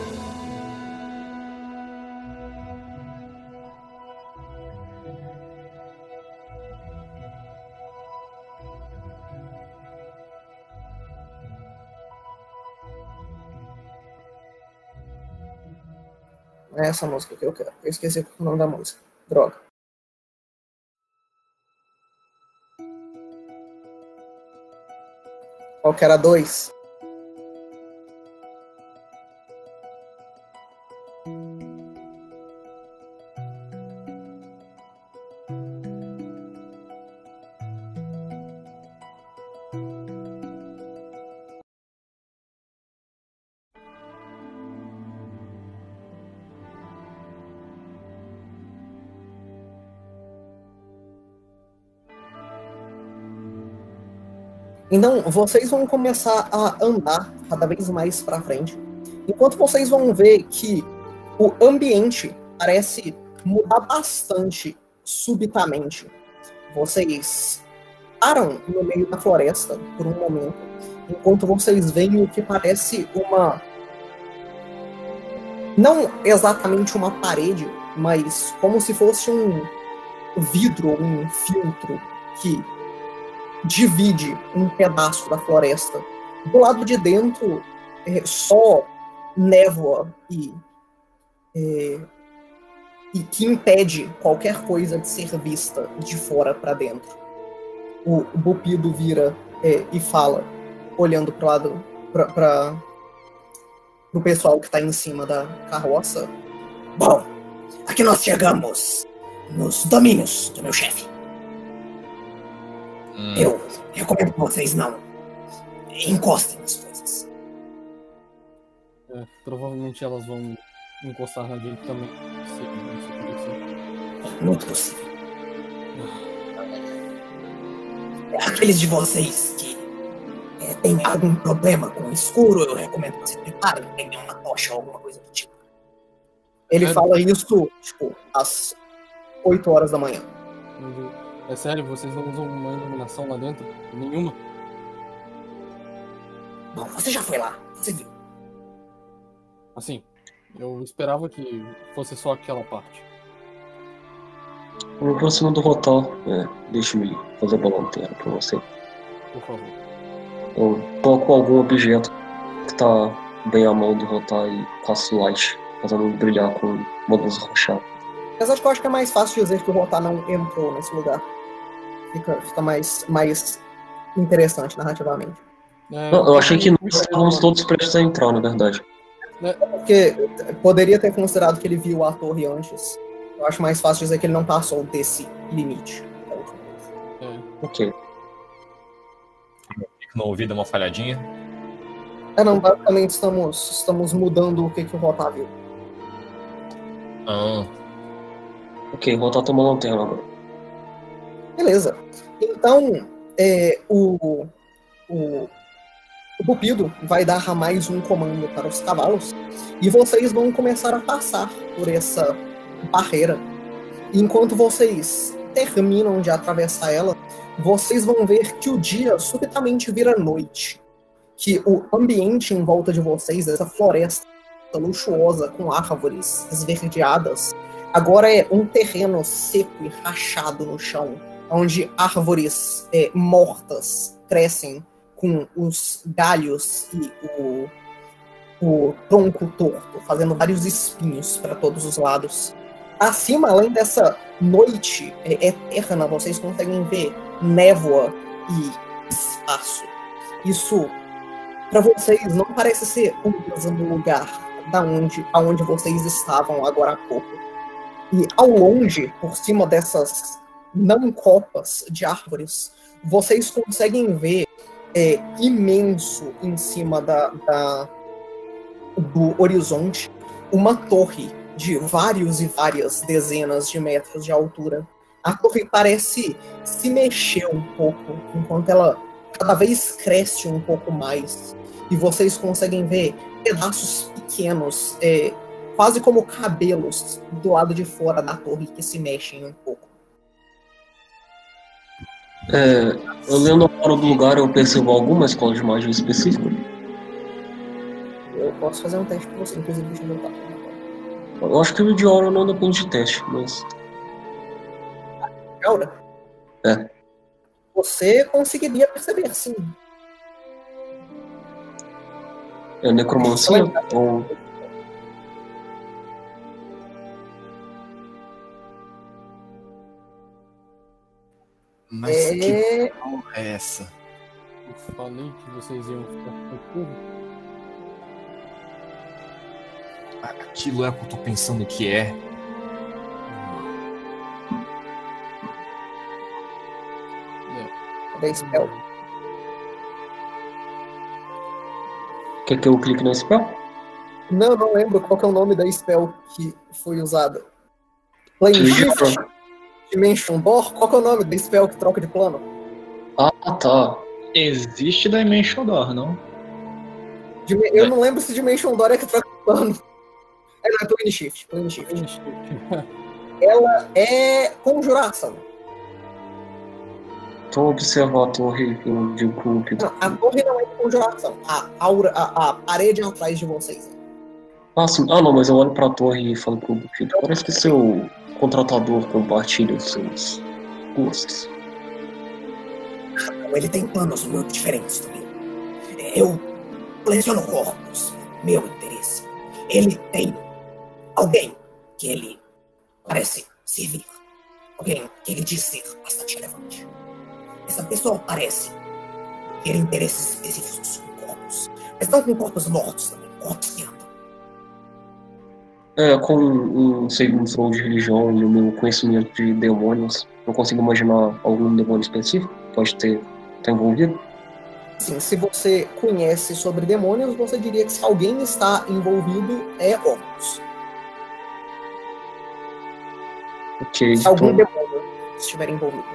É essa música que eu quero. Eu esqueci o nome da música. Droga. Qual que era dois? Então, vocês vão começar a andar cada vez mais para frente, enquanto vocês vão ver que o ambiente parece mudar bastante subitamente. Vocês param no meio da floresta por um momento, enquanto vocês veem o que parece uma... não exatamente uma parede, mas como se fosse um vidro, um filtro que divide um pedaço da floresta. Do lado de dentro, é só névoa e, é, e que impede qualquer coisa de ser vista de fora para dentro. O Bupido vira é, e fala, olhando para o lado, para o pessoal que está em cima da carroça. Bom, aqui nós chegamos nos domínios do meu chefe. Hum. Eu recomendo que vocês não encostem nas coisas. É, provavelmente elas vão encostar na gente também. É muito possível. Aqueles de vocês que é, têm algum problema com o escuro, eu recomendo que vocês preparem, peguem uma tocha ou alguma coisa do tipo. Ele é, fala isso, tipo, às oito horas da manhã. É sério, vocês não usam uma iluminação lá dentro? Nenhuma? Bom, você já foi lá, você viu. Assim, eu esperava que fosse só aquela parte. No próximo do Rotal, é, deixe-me fazer uma lanterna pra você. Por favor. Eu toco algum objeto que tá bem à mão do Rotal e passo light, fazendo brilhar com uma luz rochada. Apesar de que eu acho que é mais fácil dizer que o Rotar não entrou nesse lugar. Fica, fica mais, mais interessante narrativamente. É, não, eu achei que nós estávamos todos prestes a entrar, na verdade. É porque poderia ter considerado que ele viu a torre antes. Eu acho mais fácil dizer que ele não passou desse limite. É. Ok. No ouvido, uma falhadinha. É, não, basicamente estamos, estamos mudando o que, que o Rotar viu. Ah. Ok, vou voltar a tomar lanterna agora. Beleza. Então, é, o, o, o Bupido vai dar mais um comando para os cavalos e vocês vão começar a passar por essa barreira. E enquanto vocês terminam de atravessar ela, vocês vão ver que o dia subitamente vira noite. Que o ambiente em volta de vocês, essa floresta luxuosa com árvores esverdeadas, agora é um terreno seco e rachado no chão, onde árvores é, mortas crescem com os galhos e o, o tronco torto, fazendo vários espinhos para todos os lados. Acima, além dessa noite é, eterna, vocês conseguem ver névoa e espaço. Isso para vocês não parece ser o mesmo lugar da onde, aonde vocês estavam agora há pouco. E ao longe, por cima dessas não copas de árvores, vocês conseguem ver é, imenso em cima da, da, do horizonte uma torre de vários e várias dezenas de metros de altura. A torre parece se mexer um pouco, enquanto ela cada vez cresce um pouco mais. E vocês conseguem ver pedaços pequenos, é, quase como cabelos, do lado de fora da torre que se mexem um pouco. É, olhando para o lugar, eu percebo alguma escola de magia específica? Eu posso fazer um teste com você, inclusive deixa eu voltar. Eu acho que o de aura não depende de teste, mas... Aura? É. Você conseguiria perceber, sim. É necromancia? Ou... Mas É... que porra é essa? Eu falei que vocês iam ficar com tudo. Aquilo é o que eu tô pensando que é. Da spell. Quer que eu clique no spell? Não, não lembro qual que é o nome da spell que foi usada. Plane Shift? Dimension Door? Qual que é o nome da spell que troca de plano? Ah, tá. Existe Dimension Door, não? Dim- Eu não lembro se Dimension Door é que troca de plano. É, não, é Plane Shift. Plane Shift. Ela é conjuração. Então observar a torre que eu digo com o Peter. Não, a torre não é de conjuração. A, aura, a, a parede atrás de vocês. Ah, sim. Ah, não, mas eu olho pra torre e falo pro Peter. Parece que seu contratador compartilha os seus gostos. Ele tem planos muito diferentes do meu. Eu coleciono corpos, meu interesse. Ele tem alguém que ele parece servir. Alguém que ele diz ser bastante relevante. Essa pessoa parece ter interesses específicos com corpos. Mas não com corpos mortos também, corpos que andam. É, com um segundo flow de religião e o meu conhecimento de demônios, eu consigo imaginar algum demônio específico que pode ter tá envolvido? Sim, se você conhece sobre demônios, você diria que se alguém está envolvido, é Horus. Ok, Se algum então demônio estiver envolvido.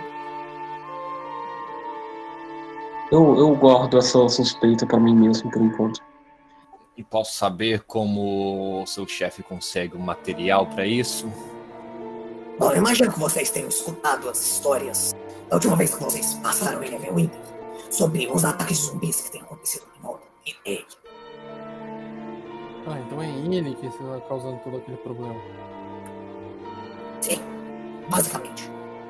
eu, eu guardo essa suspeita pra mim mesmo por enquanto. E posso saber como o seu chefe consegue o material pra isso? Bom, eu imagino que vocês tenham escutado as histórias da última vez que vocês passaram em Neverwinter sobre os ataques de zumbis que têm acontecido em volta. E ele. Ah, então é ele que está causando todo aquele problema. Sim, basicamente.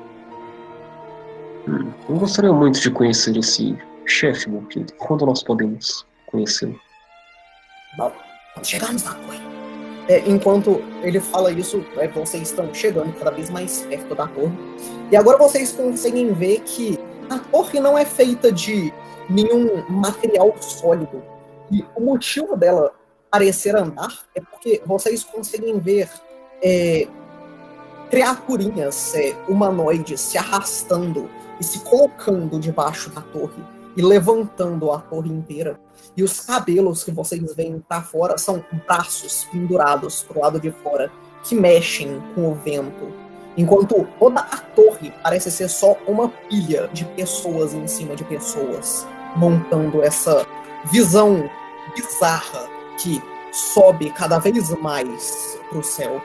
Hum, eu gostaria muito de conhecer esse chefe, meu querido. Quando nós podemos conhecê-lo? Bom, quando chegarmos na torre, É, enquanto ele fala isso, é, vocês estão chegando cada vez mais perto da torre. E agora vocês conseguem ver que a torre não é feita de nenhum material sólido. E o motivo dela parecer andar é porque vocês conseguem ver é, criaturinhas é, humanoides se arrastando e se colocando debaixo da torre e levantando a torre inteira. E os cabelos que vocês veem pra fora são braços pendurados pro lado de fora, que mexem com o vento. Enquanto toda a torre parece ser só uma pilha de pessoas em cima de pessoas, montando essa visão bizarra que sobe cada vez mais pro céu.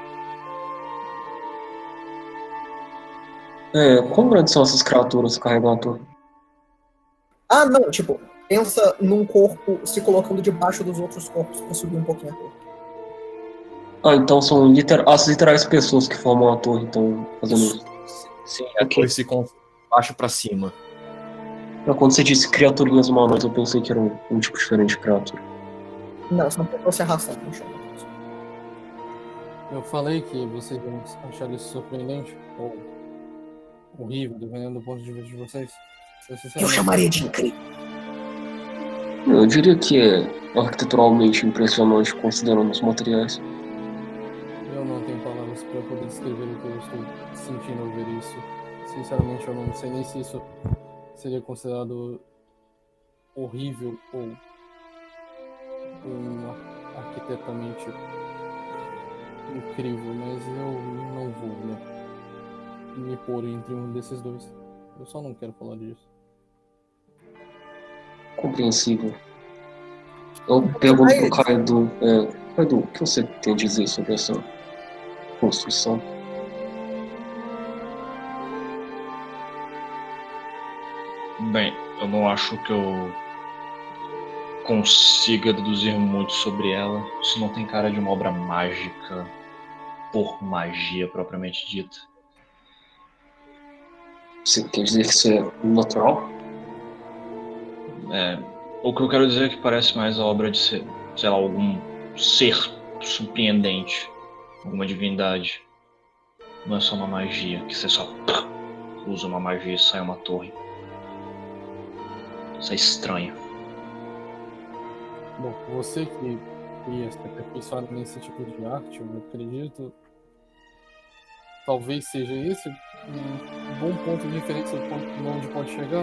É, quão grandes são essas criaturas que carregam a torre? Ah, não, tipo, pensa num corpo se colocando debaixo dos outros corpos pra subir um pouquinho a torre. Ah, então são liter... as literais pessoas que formam a torre, então fazendo isso. Sim, A aqui. torre se con- baixo pra cima. Ah, quando você disse criaturinhas humanoides, eu pensei que era um, um tipo diferente de criatura. Não, são pessoas se arrastando no chão. Eu falei que vocês vão achar isso surpreendente ou horrível, dependendo do ponto de vista de vocês. Eu, eu sinceramente, chamaria de incrível. Eu diria que é arquiteturalmente impressionante considerando os materiais. Eu não tenho palavras para poder descrever o que eu estou sentindo ao ver isso. Sinceramente, eu não sei nem se isso seria considerado horrível ou um arquitetamente incrível, mas eu não vou, né, me pôr entre um desses dois. Eu só não quero falar disso. Compreensível. Eu pergunto pro Kaido, é, Kaido, o que você tem a dizer sobre essa construção? Bem, eu não acho que eu consiga deduzir muito sobre ela. Isso não tem cara de uma obra mágica por magia propriamente dita. Você quer dizer que isso é natural? É, o que eu quero dizer é que parece mais a obra de ser, sei lá, algum ser surpreendente, alguma divindade. Não é só uma magia, que você só usa uma magia e sai uma torre. Isso é estranho. Bom, você que ia se aperfeiçoar nesse tipo de arte, eu acredito, talvez seja esse um bom ponto de referência de onde pode chegar.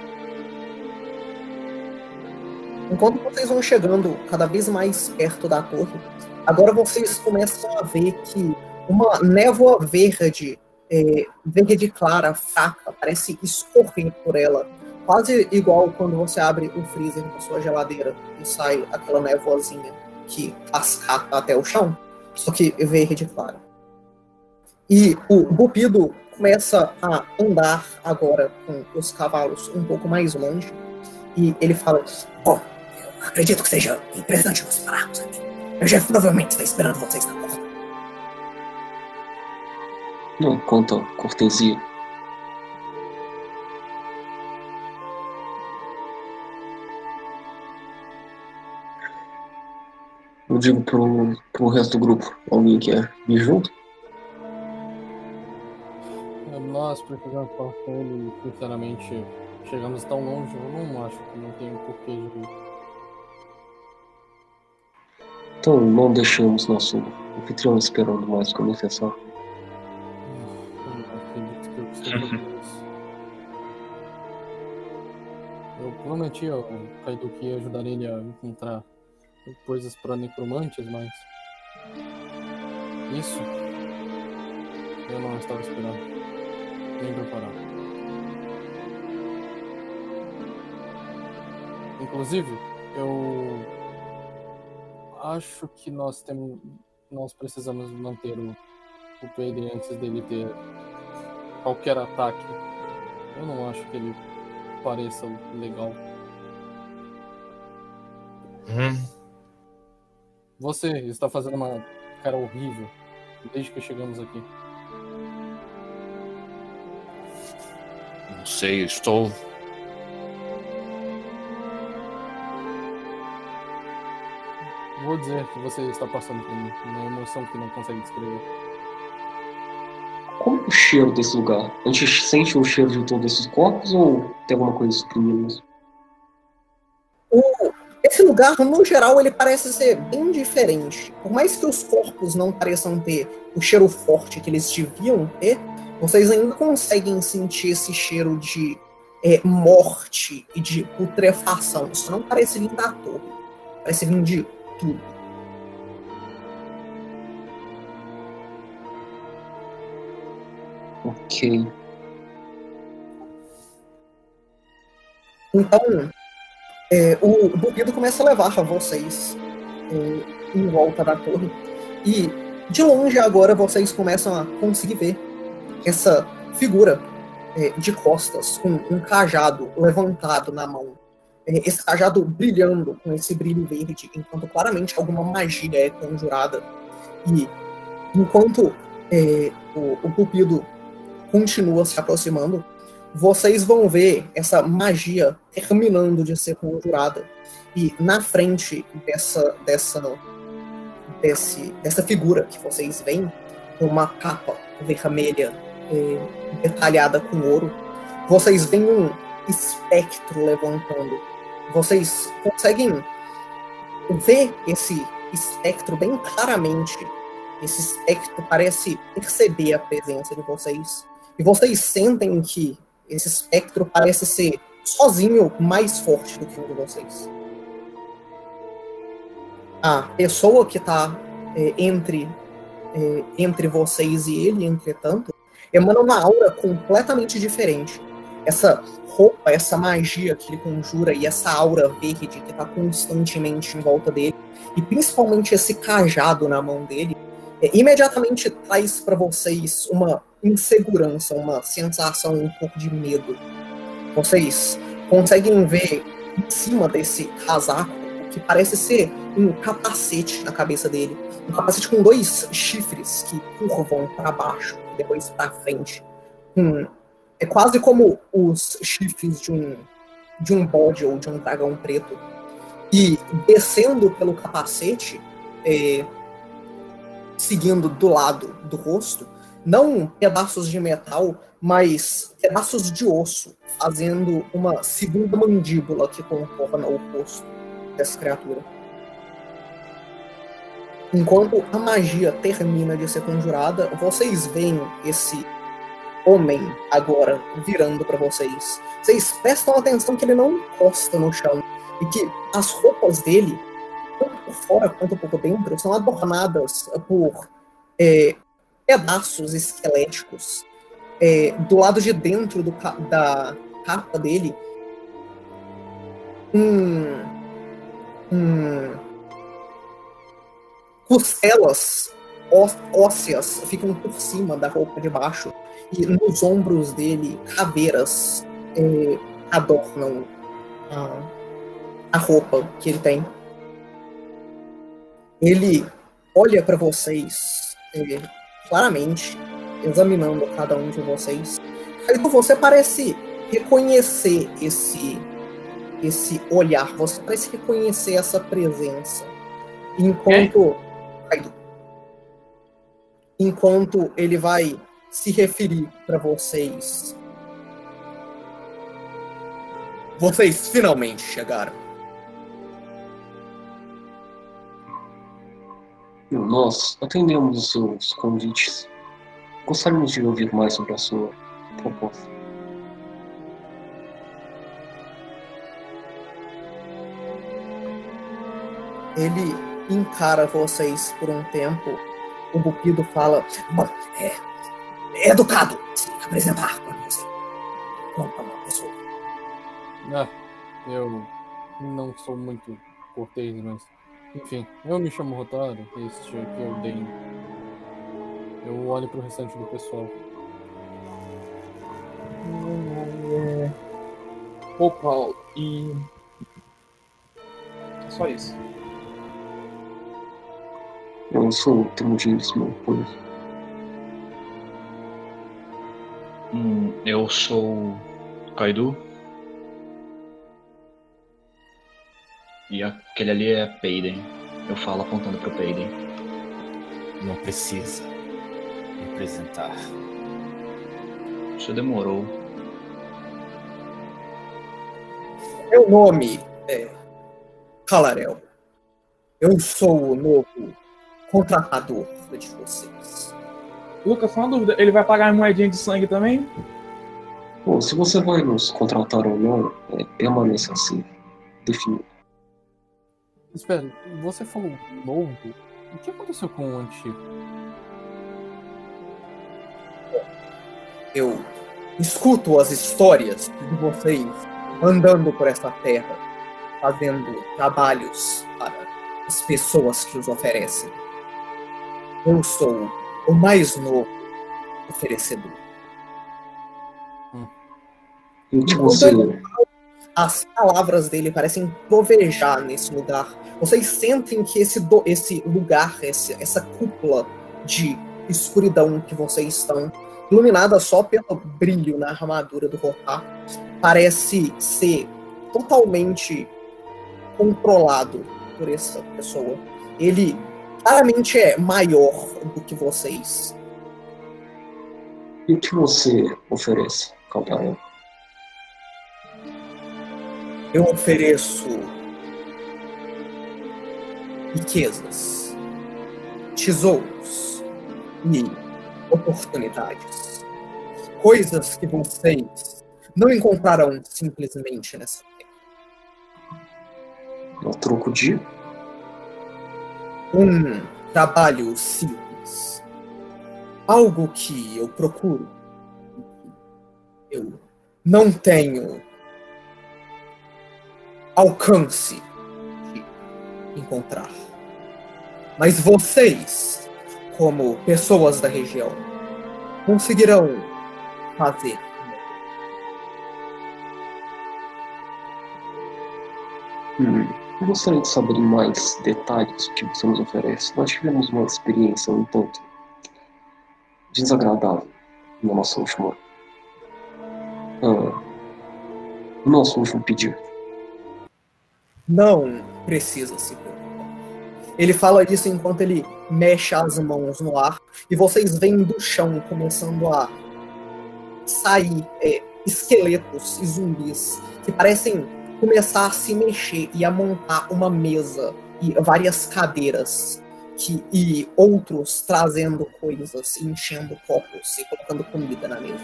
Enquanto vocês vão chegando cada vez mais perto da torre, agora vocês começam a ver que uma névoa verde, é, verde clara, fraca, parece escorrer por ela. Quase igual quando você abre o freezer da sua geladeira e sai aquela névoazinha que cascata até o chão, só que verde clara. E o Bupido começa a andar agora com os cavalos um pouco mais longe, e ele fala: bom, eu acredito que seja interessante nós pararmos aqui. Eu já provavelmente está esperando vocês na porta. Não, quanto a cortesia. Eu digo pro, pro resto do grupo, alguém quer vir junto? Nós precisamos falar com ele e, sinceramente, chegamos tão longe, eu não acho que não tem porquê de vir. Então não deixemos nosso anfitrião esperando mais do que o necessário. Eu não acredito que eu estou fazendo isso. Eu prometi ao Kaido que ia ajudar ele a encontrar coisas para necromantes, mas isso eu não estava esperando, nem preparado. Inclusive, eu acho que nós temos, nós precisamos manter o, o Pedro antes dele ter qualquer ataque. Eu não acho que ele pareça legal. Hum. Você está fazendo uma cara horrível desde que chegamos aqui. Não sei, eu estou... Vou dizer que você está passando por uma emoção que não consegue descrever. Como é o cheiro desse lugar? A gente sente o cheiro de todos esses corpos ou tem alguma coisa suprimida? O... Esse lugar, no geral, ele parece ser bem diferente. Por mais que os corpos não pareçam ter o cheiro forte que eles deviam ter, vocês ainda conseguem sentir esse cheiro de é, morte e de putrefação. Isso não parece vir da torre. Parece vir de tudo. Ok. Então... É, o Bupido começa a levar vocês é, em volta da torre. E de longe agora vocês começam a conseguir ver essa figura é, de costas com um cajado levantado na mão. É, esse cajado brilhando com esse brilho verde, enquanto claramente alguma magia é conjurada. E enquanto é, o, o Bupido continua se aproximando, vocês vão ver essa magia terminando de ser conjurada. E na frente dessa, dessa, desse, dessa figura que vocês veem, uma capa vermelha é, detalhada com ouro, vocês veem um espectro levantando vocês conseguem ver esse espectro bem claramente. Esse espectro parece perceber a presença de vocês. E vocês sentem que esse espectro parece ser sozinho mais forte do que um de vocês. A pessoa que está é, entre, é, entre vocês e ele, entretanto, emana uma aura completamente diferente. Essa roupa, essa magia que ele conjura e essa aura verde que está constantemente em volta dele, e principalmente esse cajado na mão dele, é, imediatamente traz para vocês uma insegurança, uma sensação um pouco de medo. Vocês conseguem ver em cima desse casaco que parece ser um capacete na cabeça dele, um capacete com dois chifres que curvam para baixo e depois para frente. Hum, é quase como os chifres de um, de um bode ou de um dragão preto. E descendo pelo capacete, é, seguindo do lado do rosto, não pedaços de metal, mas pedaços de osso, fazendo uma segunda mandíbula que contorna o rosto dessa criatura. Enquanto a magia termina de ser conjurada, vocês veem esse homem agora virando para vocês. Vocês prestam atenção que ele não encosta no chão e que as roupas dele, tanto por fora quanto por dentro, são adornadas por é, pedaços esqueléticos. É, do lado de dentro do, da capa dele, um, um, costelas ó, ósseas ficam por cima da roupa de baixo, e nos ombros dele caveiras é, adornam a, a roupa que ele tem. Ele olha para vocês é, claramente, examinando cada um de vocês. Kaido, você parece reconhecer esse, esse olhar, você parece reconhecer essa presença. Enquanto, Kaido, enquanto ele vai se referir para vocês. Vocês finalmente chegaram. Nós atendemos os seus convites. Gostaríamos de ouvir mais sobre a sua proposta. Ele encara vocês por um tempo. O Bupido fala: bom, é, é educado se apresentar para você. Como uma pessoa. Ah, eu não sou muito cortês, mas... Enfim, eu me chamo Rotaro, este aqui é o Dane. Eu olho pro restante do pessoal. É... Opa, e... É só isso. Eu sou o Temudinhos, meu povo. Hum, eu sou Kaido. E aquele ali é Peiden. Eu falo apontando pro Peiden. Não precisa me apresentar. Isso demorou. Meu nome é Calarel. Eu sou o novo contratador de vocês. Lucas, só uma dúvida, ele vai pagar a moedinha de sangue também? Bom, se você vai nos contratar ou não, é, permaneça assim, definido. Espera, você falou novo? O que aconteceu com o antigo? Eu escuto as histórias de vocês andando por essa terra, fazendo trabalhos para as pessoas que os oferecem. Eu sou o mais novo oferecedor. Hum. E o que você... As palavras dele parecem trovejar nesse lugar. Vocês sentem que esse, do, esse lugar, esse, essa cúpula de escuridão que vocês estão, iluminada só pelo brilho na armadura do Rotar, parece ser totalmente controlado por essa pessoa. Ele claramente é maior do que vocês. E o que você oferece, Caldarel? eu ofereço riquezas, tesouros e oportunidades. Coisas que vocês não encontrarão simplesmente nessa terra. No troco de? Um trabalho simples. Algo que eu procuro. Eu não tenho alcance de encontrar. Mas vocês, como pessoas da região, conseguirão fazer. Hum, eu gostaria de saber mais detalhes do que você nos oferece. Nós tivemos uma experiência um tanto desagradável na nossa última. Ah, no nosso último pedido. Não precisa se preocupar. Ele fala isso enquanto ele mexe as mãos no ar e vocês veem do chão começando a sair é, esqueletos e zumbis que parecem começar a se mexer e a montar uma mesa e várias cadeiras que, e outros trazendo coisas, enchendo copos e colocando comida na mesa.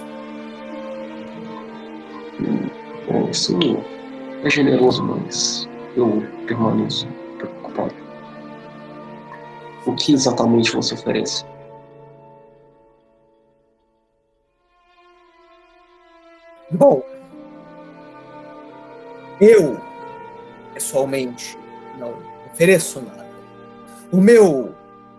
Hum, bom, isso é generoso, mas eu permaneço preocupado. O que exatamente você oferece? Bom, eu, pessoalmente, não ofereço nada. O meu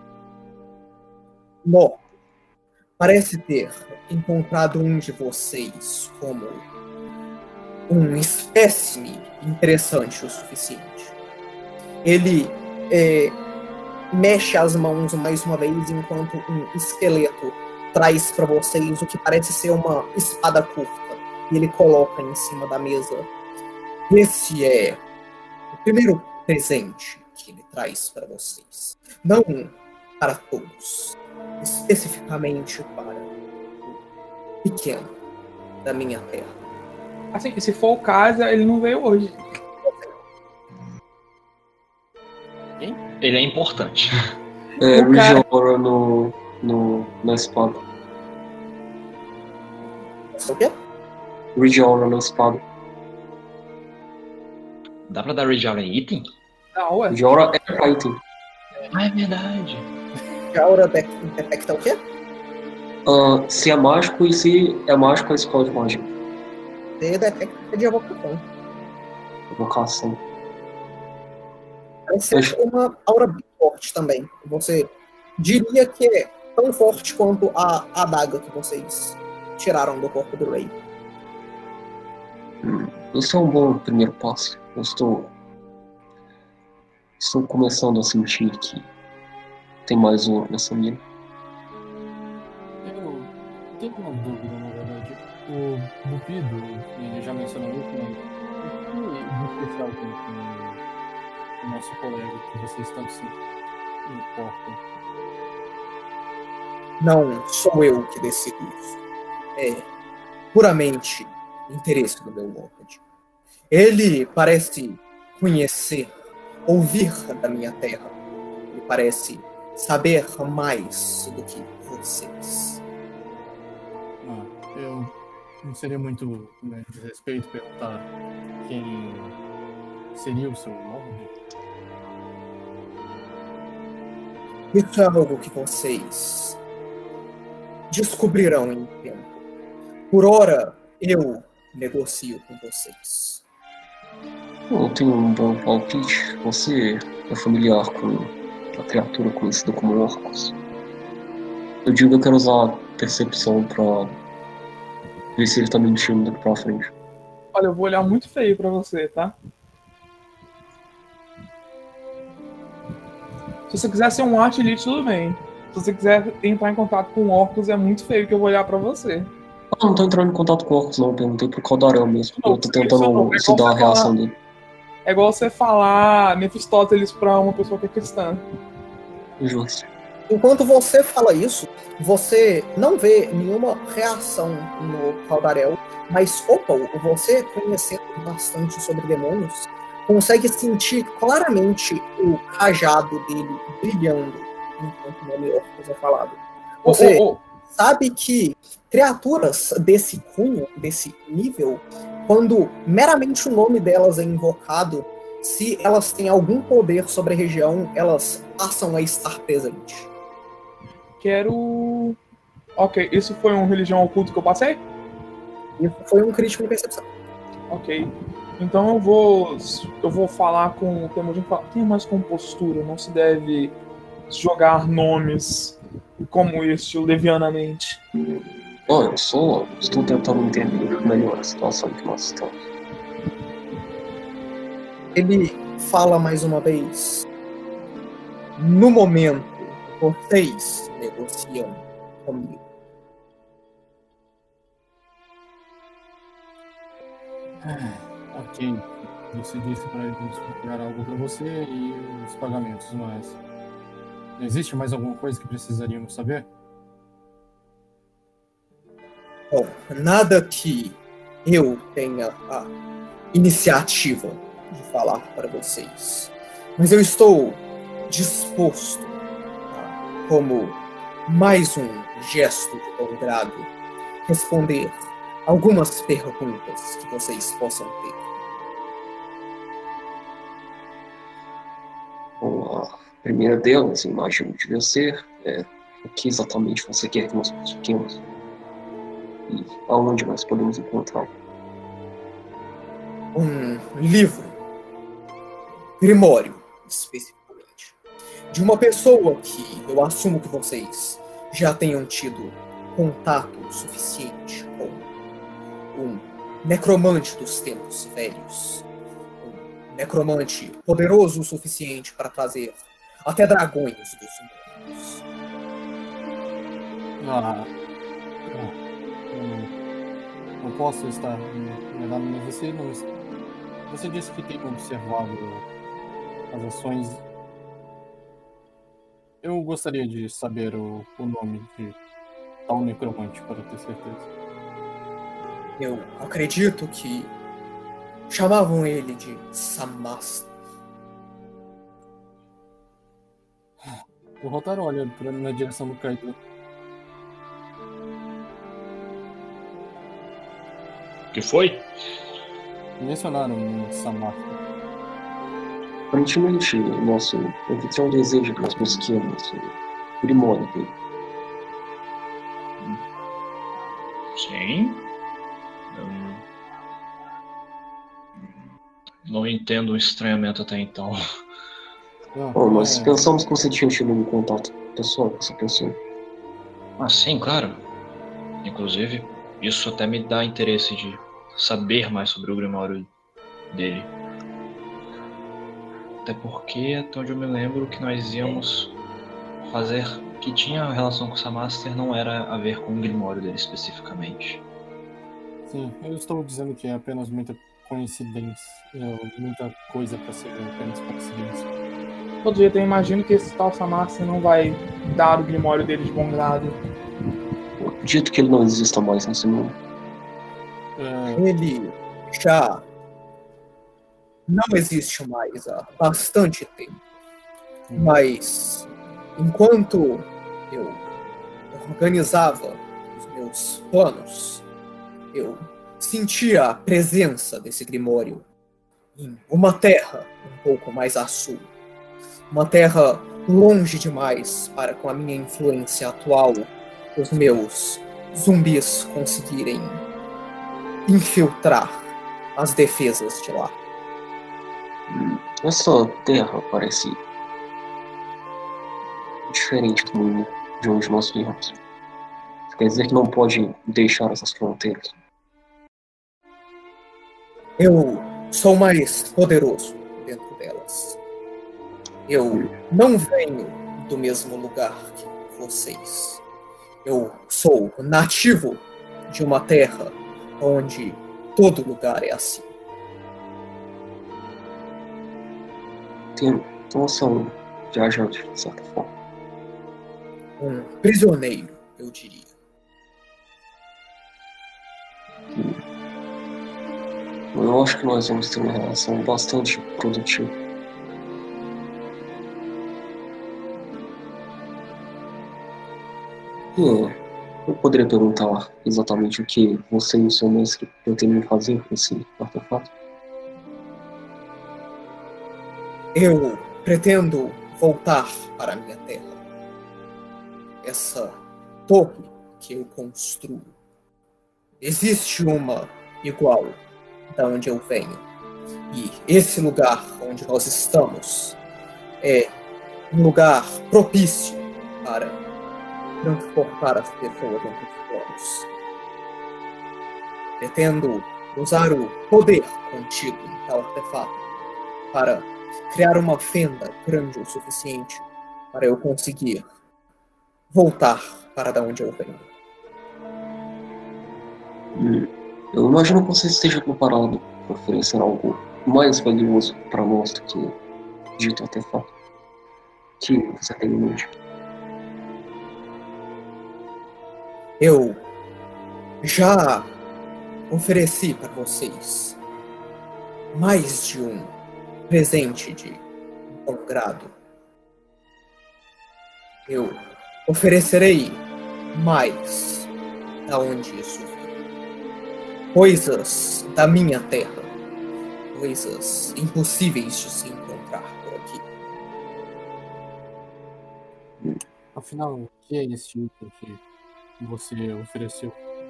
nó parece ter encontrado um de vocês como um espécime interessante o suficiente. Ele é, mexe as mãos mais uma vez enquanto um esqueleto traz para vocês o que parece ser uma espada curta e ele coloca em cima da mesa. Esse é o primeiro presente que ele traz para vocês. Não para todos, especificamente para o pequeno da minha terra. Assim, se for o caso, ele não veio hoje. Quem? Ele é importante. É, O cara- Rigiora no, no, na espada. Sabe o quê? Rigiora na espada. Dá pra dar Rejour em item? Não, ué. Rigiora é item. Ah, é verdade. A aura de- detecta o quê? Ah, se é mágico e se é mágico é escola de magia. Você detecta de evocação. Evocação. Parece ser uma aura bem forte também. Você diria que é tão forte quanto a adaga que vocês tiraram do corpo do rei. Hum, esse é um bom primeiro passo. Eu estou. Estou começando a sentir que tem mais ouro nessa mina. Eu tenho uma dúvida, na verdade. O Bupido, ele já mencionou muito, né? O que de especial tem com o nosso colega que vocês tanto se importam? Não sou eu que decido isso. É puramente interesse do meu Lord. Ele parece conhecer, ouvir da minha terra. Ele parece saber mais do que vocês. Ah, eu não seria muito, né, desrespeito perguntar quem seria o seu Lorde? Isso é algo que vocês descobrirão em tempo. Por ora, eu negocio com vocês. Eu tenho um bom palpite. Você é familiar com a criatura conhecida como orcos? Eu digo que eu quero usar a percepção pra ver se ele tá mentindo daqui pra frente. Olha, eu vou olhar muito feio pra você, tá? Se você quiser ser um arte elite, tudo bem. Se você quiser entrar em contato com orcos, é muito feio que eu vou olhar pra você. Ah, não tô entrando em contato com orcos, não. Eu perguntei pro Caldarel mesmo. Não, eu tô isso não, tentando é estudar a igual você reação falar- dele. É igual você falar Mephistóteles pra uma pessoa que é cristã. Justo. Enquanto você fala isso, você não vê nenhuma reação no Caldarel, mas Opal, você conhecendo bastante sobre demônios, consegue sentir claramente o cajado dele brilhando enquanto o nome Orcus é falado. Você Oh, oh, oh. sabe que criaturas desse cunho, desse nível, quando meramente o nome delas é invocado, se elas têm algum poder sobre a região, elas passam a estar presentes. Quero... Ok, isso foi um religião oculto que eu passei? Isso foi um crítico de percepção. Ok. Então eu vou... Eu vou falar com o Temujin e falar... Tenha mais compostura, não se deve jogar nomes como este levianamente. Olha, eu só estou tentando entender melhor a situação que nós estamos. Ele fala mais uma vez. No momento, vocês negociam comigo. Ah, ok. Você disse para eles procurar algo para você e os pagamentos, mas... Existe mais alguma coisa que precisaríamos saber? Bom, nada que eu tenha a iniciativa de falar para vocês. Mas eu estou disposto a, como mais um gesto de bom grado, responder algumas perguntas que vocês possam ter. Bom, a primeira delas, imagino que devia ser é, o que exatamente você quer que nós busquemos e aonde nós podemos encontrá-lo. Um livro, Grimório, especificamente, de uma pessoa que eu assumo que vocês já tenham tido contato suficiente com um necromante dos tempos velhos, um necromante poderoso o suficiente para trazer até dragões dos mundos. Ah, eu, eu não posso estar enganado, mas você não... Você disse que tem observado as ações. Eu gostaria de saber o, o nome de tal necromante para ter certeza. Eu acredito que chamavam ele de Samasta. O Rotaro olha pra, na direção do Kaido. O que foi? Mencionaram o Samasta. Aparentemente, o nosso anfitrião deseja que nós busquemos o Grimório dele. Sim. Eu não entendo o estranhamento até então. Não, Bom, nós é... pensamos que você tinha tido um contato pessoal com essa pessoa. Ah, sim, claro. Inclusive, isso até me dá interesse de saber mais sobre o Grimório dele. Até porque, até onde eu me lembro, o que nós íamos fazer que tinha relação com o Samaster não era a ver com o Grimório dele especificamente. Sim, eu estou dizendo que é apenas muita coincidência. Muita coisa para ser apenas coincidência. Todo jeito, eu imagino que esse tal Samaster não vai dar o Grimório dele de bom grado. Eu acredito que ele não exista mais nesse mundo. É... Ele já não existe mais há bastante tempo. Mas enquanto eu organizava os meus planos, eu sentia a presença desse Grimório em uma terra um pouco mais a sul. Uma terra longe demais para, com a minha influência atual, os meus zumbis conseguirem infiltrar as defesas de lá. Essa terra parece diferente do mundo de onde nós viemos. Isso quer dizer que não pode deixar essas fronteiras. Eu sou mais poderoso dentro delas. Eu não venho do mesmo lugar que vocês. Eu sou nativo de uma terra onde todo lugar é assim. Tem, então são viajantes, de certa forma. Um prisioneiro, eu diria. Eu acho que nós vamos ter uma relação bastante produtiva. É. Eu poderia perguntar exatamente o que você e o seu mestre pretendem fazer com esse artefato? Eu pretendo voltar para a minha terra. Essa torre que eu construo. Existe uma igual da onde eu venho. E esse lugar onde nós estamos é um lugar propício para transportar as pessoas entre os planos. Pretendo usar o poder contido em tal artefato para criar uma fenda grande o suficiente para eu conseguir voltar para da onde eu venho. Hum, eu imagino que você esteja preparado para oferecer algo mais valioso para nós do que dito artefato. O que você tem em mente? Eu já ofereci para vocês mais de um presente de bom grado. Eu oferecerei mais da onde isso vem. Coisas da minha terra. Coisas impossíveis de se encontrar por aqui. Afinal, o que é esse item que você ofereceu?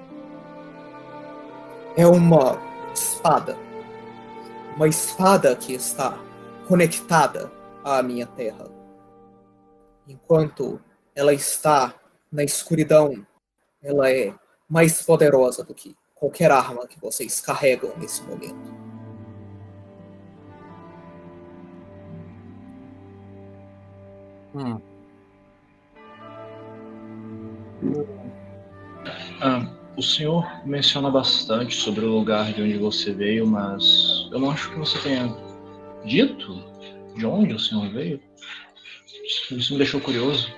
É uma espada. Uma espada que está conectada à minha terra. Enquanto ela está na escuridão, ela é mais poderosa do que qualquer arma que vocês carregam nesse momento. Hum. Ah, o senhor menciona bastante sobre o lugar de onde você veio, mas eu não acho que você tenha dito de onde o senhor veio. Isso me deixou curioso.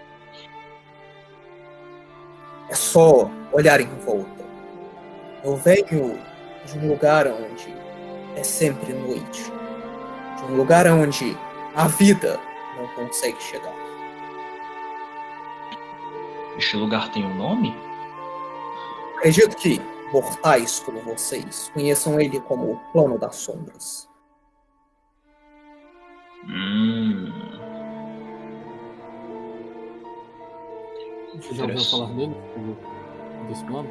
É só olhar em volta. Eu venho de um lugar onde é sempre noite. De um lugar onde a vida não consegue chegar. Este lugar tem um nome? Acredito que mortais como vocês conheçam ele como o Plano das Sombras. Hum. Você já ouviu falar dele? Desse plano?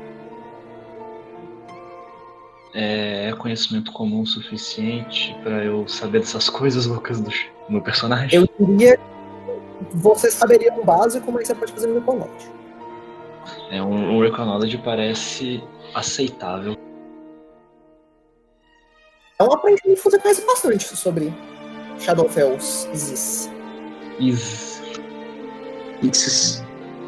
É conhecimento comum o suficiente pra eu saber dessas coisas loucas do meu personagem? Eu diria que você saberia o básico, mas você pode fazer um Recollect. É, um, um Recollect parece aceitável. Então, aparentemente, você conhece bastante sobre Shadowfell's Is. Is. It's...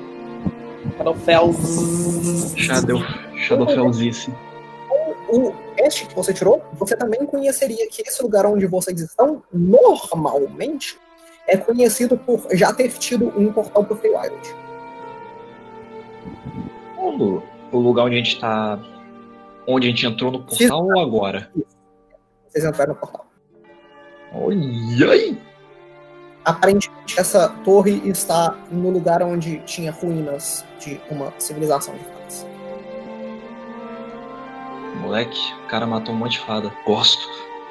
Shadowfell's... Shadow, Shadowfell's Is. O este que você tirou, você também conheceria que esse lugar onde vocês estão, normalmente, é conhecido por já ter tido um portal pro Feywild. O, o lugar onde a gente tá... Onde a gente entrou no portal ou agora? Vocês entraram no portal. Olha aí! Aparentemente, essa torre está no lugar onde tinha ruínas de uma civilização de fadas. Moleque, o cara matou um monte de fada. Gosto.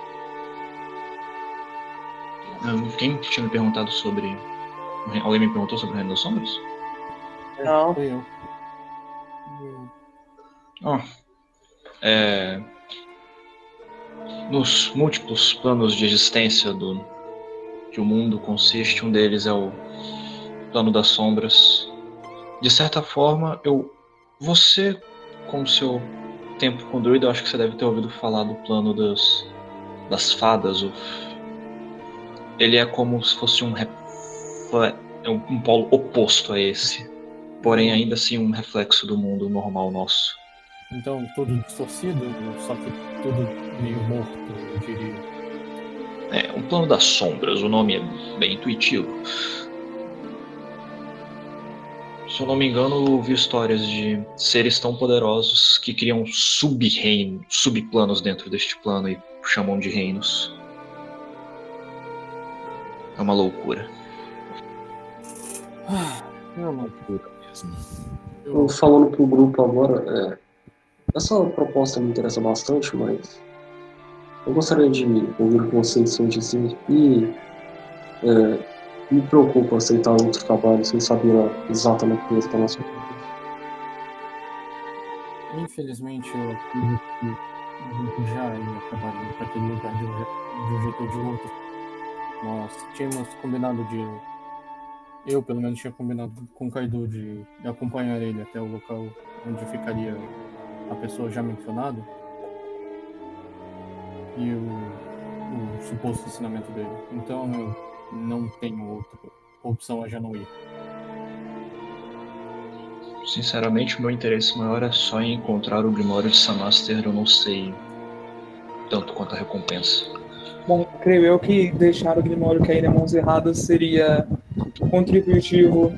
Quem tinha me perguntado sobre... Alguém me perguntou sobre o Reino das Sombras? Não. Foi eu. Oh. É... Nos múltiplos planos de existência do... que o mundo consiste, um deles é o Plano das Sombras. De certa forma, eu... Você, com o seu tempo com o druida, eu acho que você deve ter ouvido falar do plano das, das fadas. O... Ele é como se fosse um, refle... um polo oposto a esse. Porém, ainda assim, um reflexo do mundo normal nosso. Então, tudo distorcido, só que tudo meio morto, eu diria. É, um Plano das Sombras, o nome é bem intuitivo. Se eu não me engano, eu ouvi histórias de seres tão poderosos que criam sub-reinos, subplanos dentro deste plano e chamam de reinos. É uma loucura. É uma loucura mesmo. Eu, falando pro grupo agora, é, essa proposta me interessa bastante, mas eu gostaria de ouvir o que vocês têm a dizer e é, me preocupa aceitar outro trabalho sem saber exatamente o que está na sua cabeça. Infelizmente, eu acredito que a gente já ia acabar indo para aquele lugar de um, je- de um jeito ou de outro. Nós tínhamos combinado de... Eu, pelo menos, tinha combinado com o Kaido de acompanhar ele até o local onde ficaria a pessoa já mencionada e o, o suposto ensinamento dele. Então, eu não tenho outra opção a já não ir. Sinceramente, o meu interesse maior é só em encontrar o Grimório de Samaster. Eu não sei tanto quanto a recompensa. Bom, creio eu que deixar o Grimório cair em mãos erradas seria contributivo.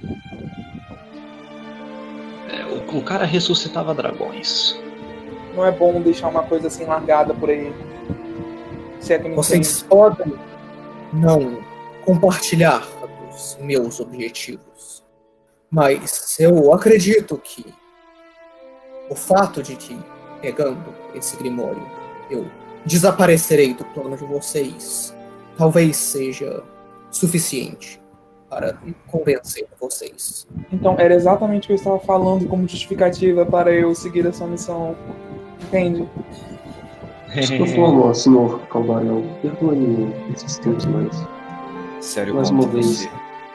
É, o, o cara ressuscitava dragões. Não é bom deixar uma coisa assim largada por aí. Se é que me Vocês podem não compartilhar dos meus objetivos, mas eu acredito que o fato de que, pegando esse Grimório, eu desaparecerei do plano de vocês, talvez seja suficiente para convencer vocês. Então, era exatamente o que eu estava falando como justificativa para eu seguir essa missão. Entende? Por favor, senhor Calvarel, perdoe minha insistência, mas Sério, mais como uma vez, você?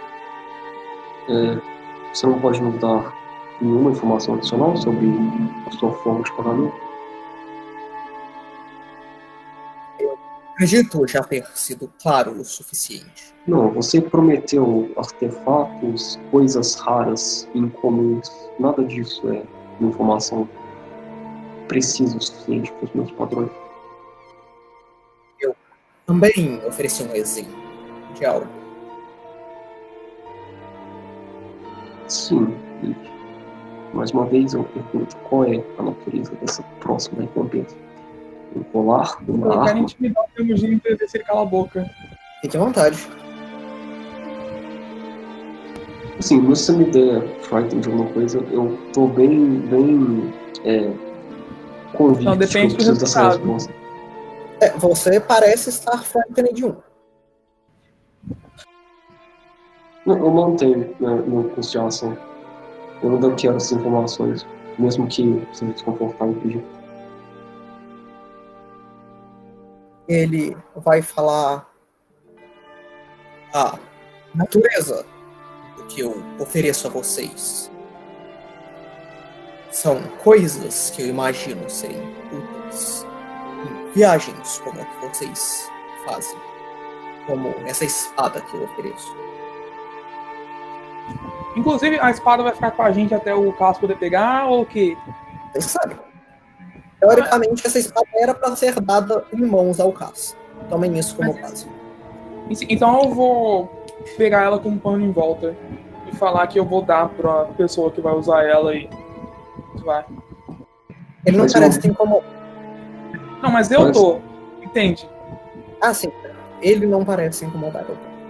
é, você não pode nos dar nenhuma informação adicional sobre a sua forma de pagamento? Acredito já ter sido claro o suficiente. Não, você prometeu artefatos, coisas raras, incomuns. Nada disso é informação precisa o suficiente para os meus padrões. Eu também ofereci um exemplo de algo. Sim, e mais uma vez eu pergunto qual é a natureza dessa próxima recompensa. Um colar, Eu uma quero arma? intimidar o Temujin para ver se ele cala a boca. Fique à vontade. Assim, se você me der frightened de alguma coisa, eu tô bem, bem é, convicto Não, de que eu depende do preciso dessa resultado. resposta. É, você parece estar frightened de um. Não, eu mantenho né, meu custo de ação. Eu ainda quero essas informações, mesmo que seja desconfortável pedir. Ele vai falar a natureza do que eu ofereço a vocês. São coisas que eu imagino serem úteis em viagens como a que vocês fazem, como essa espada que eu ofereço. Inclusive, a espada vai ficar com a gente até o Caso poder pegar, ou o quê? Vocês sabem. Teoricamente, essa espada era para ser dada em mãos ao Cass. Tomem isso como caso. Então eu vou pegar ela com um pano em volta e falar que eu vou dar pra pessoa que vai usar ela e vai. Ele não Mas parece eu- se incomodar. Não, mas eu Mas- tô. Entende? Ah, sim. Ele não parece se incomodar.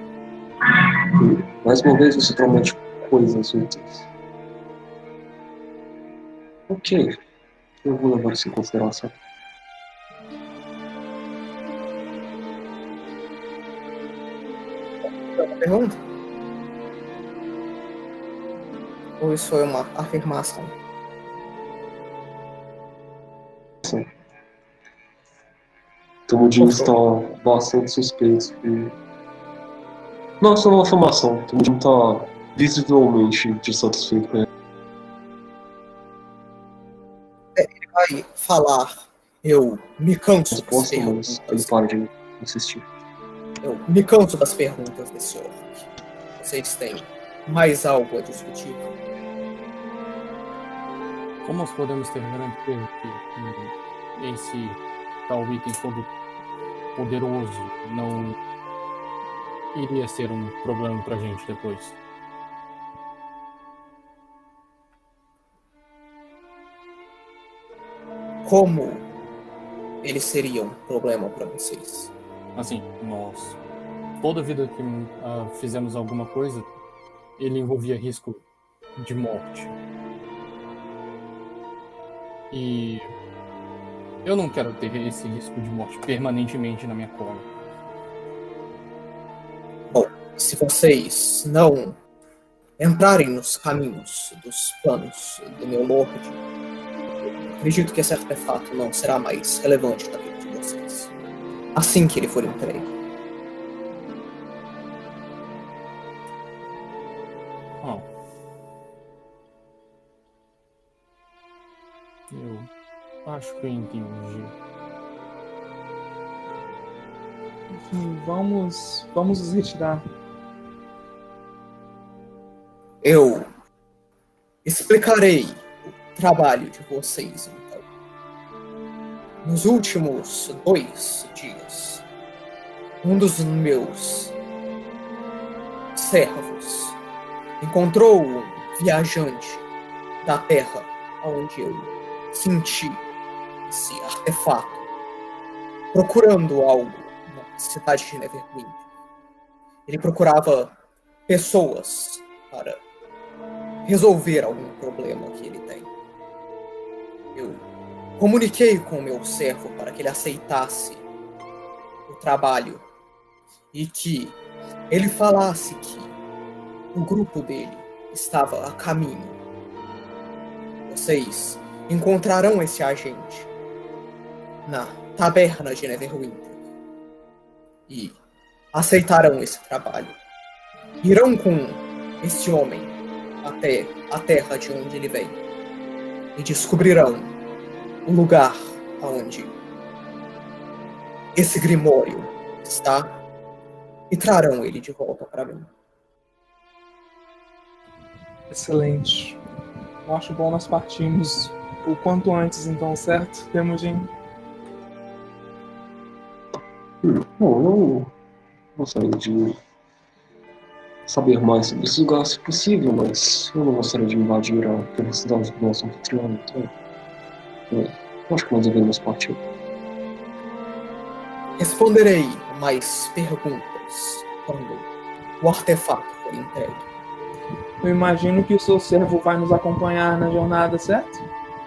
Mais uma vez você promete coisas úteis. Ok. Eu vou levar isso em consideração. Outra pergunta? Ou isso foi uma afirmação? Temudinho está bastante suspeito. E... Não, isso não é uma afirmação. Temudinho está visivelmente dissatisfeito com ele. Vai falar, eu me canso das Resposta, mas ele perguntas. para de insistir. Eu me canso das perguntas desse orc. Vocês têm mais algo a discutir? Como nós podemos ter garantia que, que esse tal item todo poderoso não iria ser um problema pra gente depois? como ele seria um problema para vocês? Assim, nós... Toda vida que uh, fizemos alguma coisa, ele envolvia risco de morte. E eu não quero ter esse risco de morte permanentemente na minha cola. Bom, se vocês não entrarem nos caminhos dos planos do meu Lorde, acredito que esse artefato não será mais relevante na vida de vocês. Assim que ele for entregue. Oh. Eu acho que eu entendi. Enfim, vamos, vamos nos retirar. Eu explicarei o trabalho de vocês, então. Nos últimos dois dias, um dos meus servos encontrou um viajante da Terra onde eu senti esse artefato procurando algo na cidade de Neverwinter. Ele procurava pessoas para resolver algum problema que ele tem. Eu comuniquei com o meu servo para que ele aceitasse o trabalho e que ele falasse que o grupo dele estava a caminho. Vocês encontrarão esse agente na taberna de Neverwinter e aceitarão esse trabalho. Irão com esse homem até a terra de onde ele vem e descobrirão o lugar onde esse Grimório está e trarão ele de volta para mim. Excelente. Eu acho bom nós partirmos o quanto antes, então, certo, Temujin? Bom, eu gostaria de saber mais sobre esse lugar, se possível, mas eu não gostaria de invadir a privacidade do nosso anfitrião, então eu acho que nós devemos partir. Responderei mais perguntas quando o artefato for entregue. Eu imagino que o seu servo vai nos acompanhar na jornada, certo?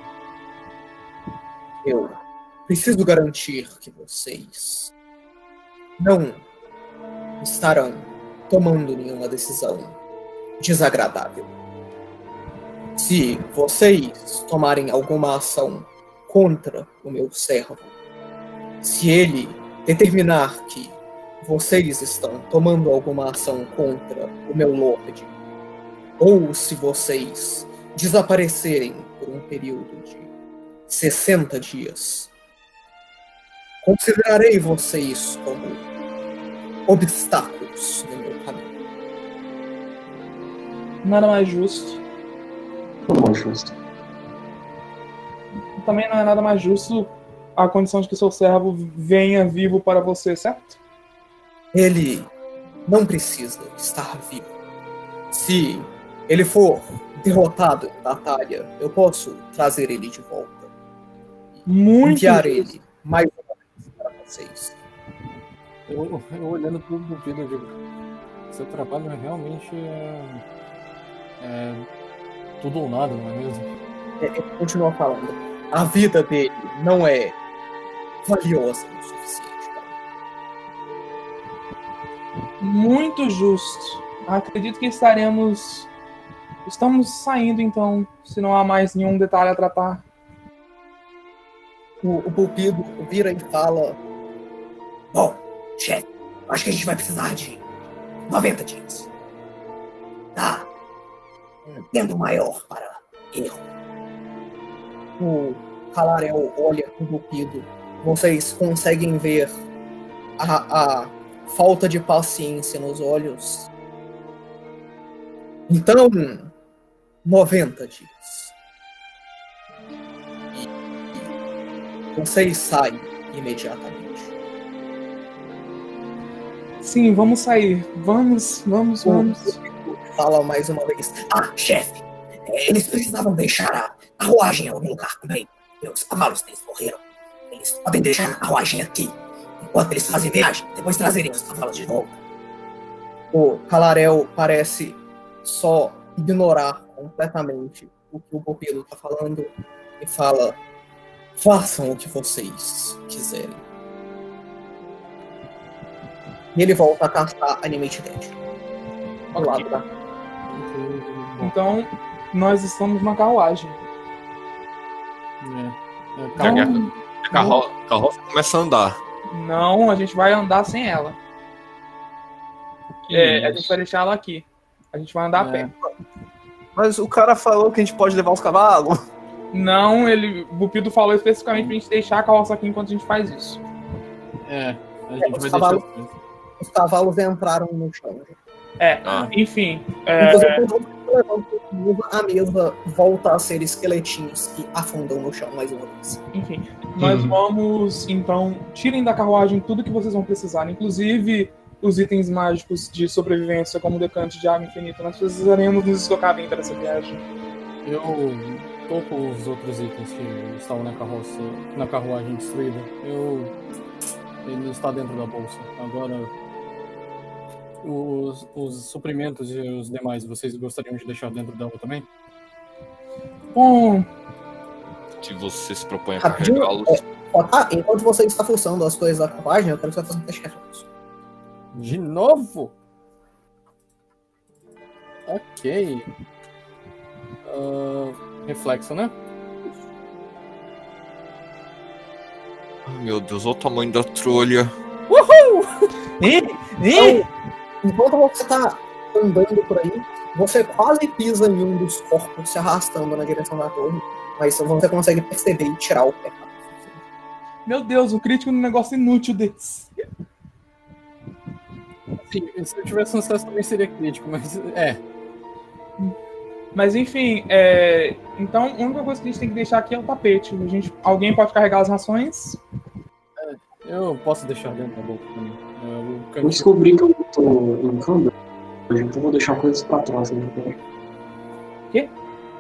Eu preciso garantir que vocês não estarão tomando nenhuma decisão desagradável. Se vocês tomarem alguma ação contra o meu servo, se ele determinar que vocês estão tomando alguma ação contra o meu Lorde, ou se vocês desaparecerem por um período de sessenta dias, considerarei vocês como obstáculos no meu caminho. Nada mais justo. Nada mais justo. Também não é nada mais justo a condição de que seu servo venha vivo para você, certo? Ele não precisa estar vivo. Se ele for derrotado em batalha, eu posso trazer ele de volta. Muito enviar justo. ele mais uma vez para vocês. Eu, eu olhando pro Bupido, eu digo, seu trabalho realmente é, é tudo ou nada, não é mesmo? Ele continua falando. A vida dele não é valiosa o suficiente. Muito justo. Acredito que estaremos... Estamos saindo, então, se não há mais nenhum detalhe a tratar. O, o Bupido vira e fala: Bom, chefe, acho que a gente vai precisar de noventa dias. Tá um tempo maior para erro. o Calariel olha pro Bupido. Vocês conseguem ver a, a falta de paciência nos olhos. Então, noventa dias. E, e vocês saem imediatamente. Sim, vamos sair. Vamos, vamos, vamos. Fala mais uma vez. Ah, chefe, eles precisavam deixar a carruagem em algum lugar também. Meus cavalos deles morreram. Eles podem deixar a carruagem aqui, enquanto eles fazem viagem. Depois trazerem os cavalos de volta. O Calarel parece só ignorar completamente o que o Pupido tá falando e fala: façam o que vocês quiserem. E ele volta a castar Animate Dead. Ao lado da... Então, nós estamos na carruagem. É, é, Carro- calma. A carro- a carroça começa a andar. Não, a gente vai andar sem ela. É, a isso? gente vai deixar ela aqui. A gente vai andar a É. pé. Mas o cara falou que a gente pode levar os cavalos. Não, ele, o Bupido falou especificamente pra gente deixar a carroça aqui enquanto a gente faz isso. É, a gente os vai cavalos- deixar. Os cavalos entraram no chão. É, Ah. enfim. É, Inclusive, quando você levanta a mesa, volta a ser esqueletinhos que afundam no chão mais uma vez. enfim, nós Uhum. vamos, então, tirem da carruagem tudo que vocês vão precisar, inclusive os itens mágicos de sobrevivência, como o decante de água infinita. Nós precisaremos nos estocar bem para essa viagem. Eu tô com os outros itens que estavam na carroça, na carruagem destruída. Eu. Ele está dentro da bolsa. Agora. Os, os suprimentos e os demais, vocês gostariam de deixar dentro dela também? Bom, Se você se propõe a Rapidinho, carregá-los. é, ó, tá, enquanto você está forçando as coisas da carruagem, eu quero que você faça um teste de reflexo. De novo? Ok. Ah, reflexo, né? Ai, meu Deus, olha o tamanho da trolha. Então, enquanto você está andando por aí, você quase pisa em um dos corpos se arrastando na direção da torre, mas você consegue perceber e tirar o pé. meu Deus, o crítico num negócio inútil desse. Sim, se eu tivesse um sucesso também seria crítico, mas é. Mas enfim, é, então a única coisa que a gente tem que deixar aqui é o tapete. A gente, alguém pode carregar as rações? Eu posso deixar dentro da boca também. É, o Eu cantinho- descobri que eu tô em câmbio, então eu vou deixar coisas pra trás, né? Quê?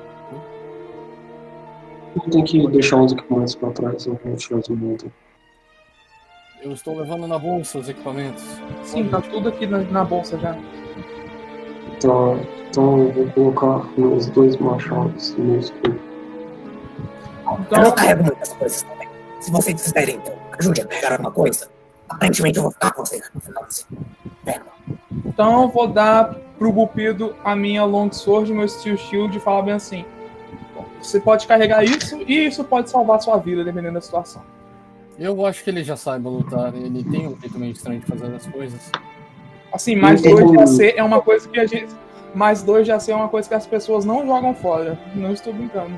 Eu tenho que deixar uns equipamentos pra trás, eu vou tirar os monta. Eu estou levando na bolsa os equipamentos. Sim, tá tudo aqui na, na bolsa já. Então, então eu vou colocar meus dois machados no meu escudo. Eu Então, não carrego muitas coisas também. Se vocês quiserem, então, ajude a carregar alguma coisa. Aparentemente eu vou ficar com vocês no final desse inverno. então eu vou dar pro Bupido a minha Longsword, meu Steel Shield e falar bem assim. Bom, você pode carregar isso e isso pode salvar a sua vida, dependendo da situação. Eu acho que ele já saiba lutar. Ele tem um jeito meio estranho de fazer as coisas. Assim, mais Não tem dois de como- A C é uma coisa que a gente. Mais dois de A C é uma coisa que as pessoas não jogam fora. Não estou brincando.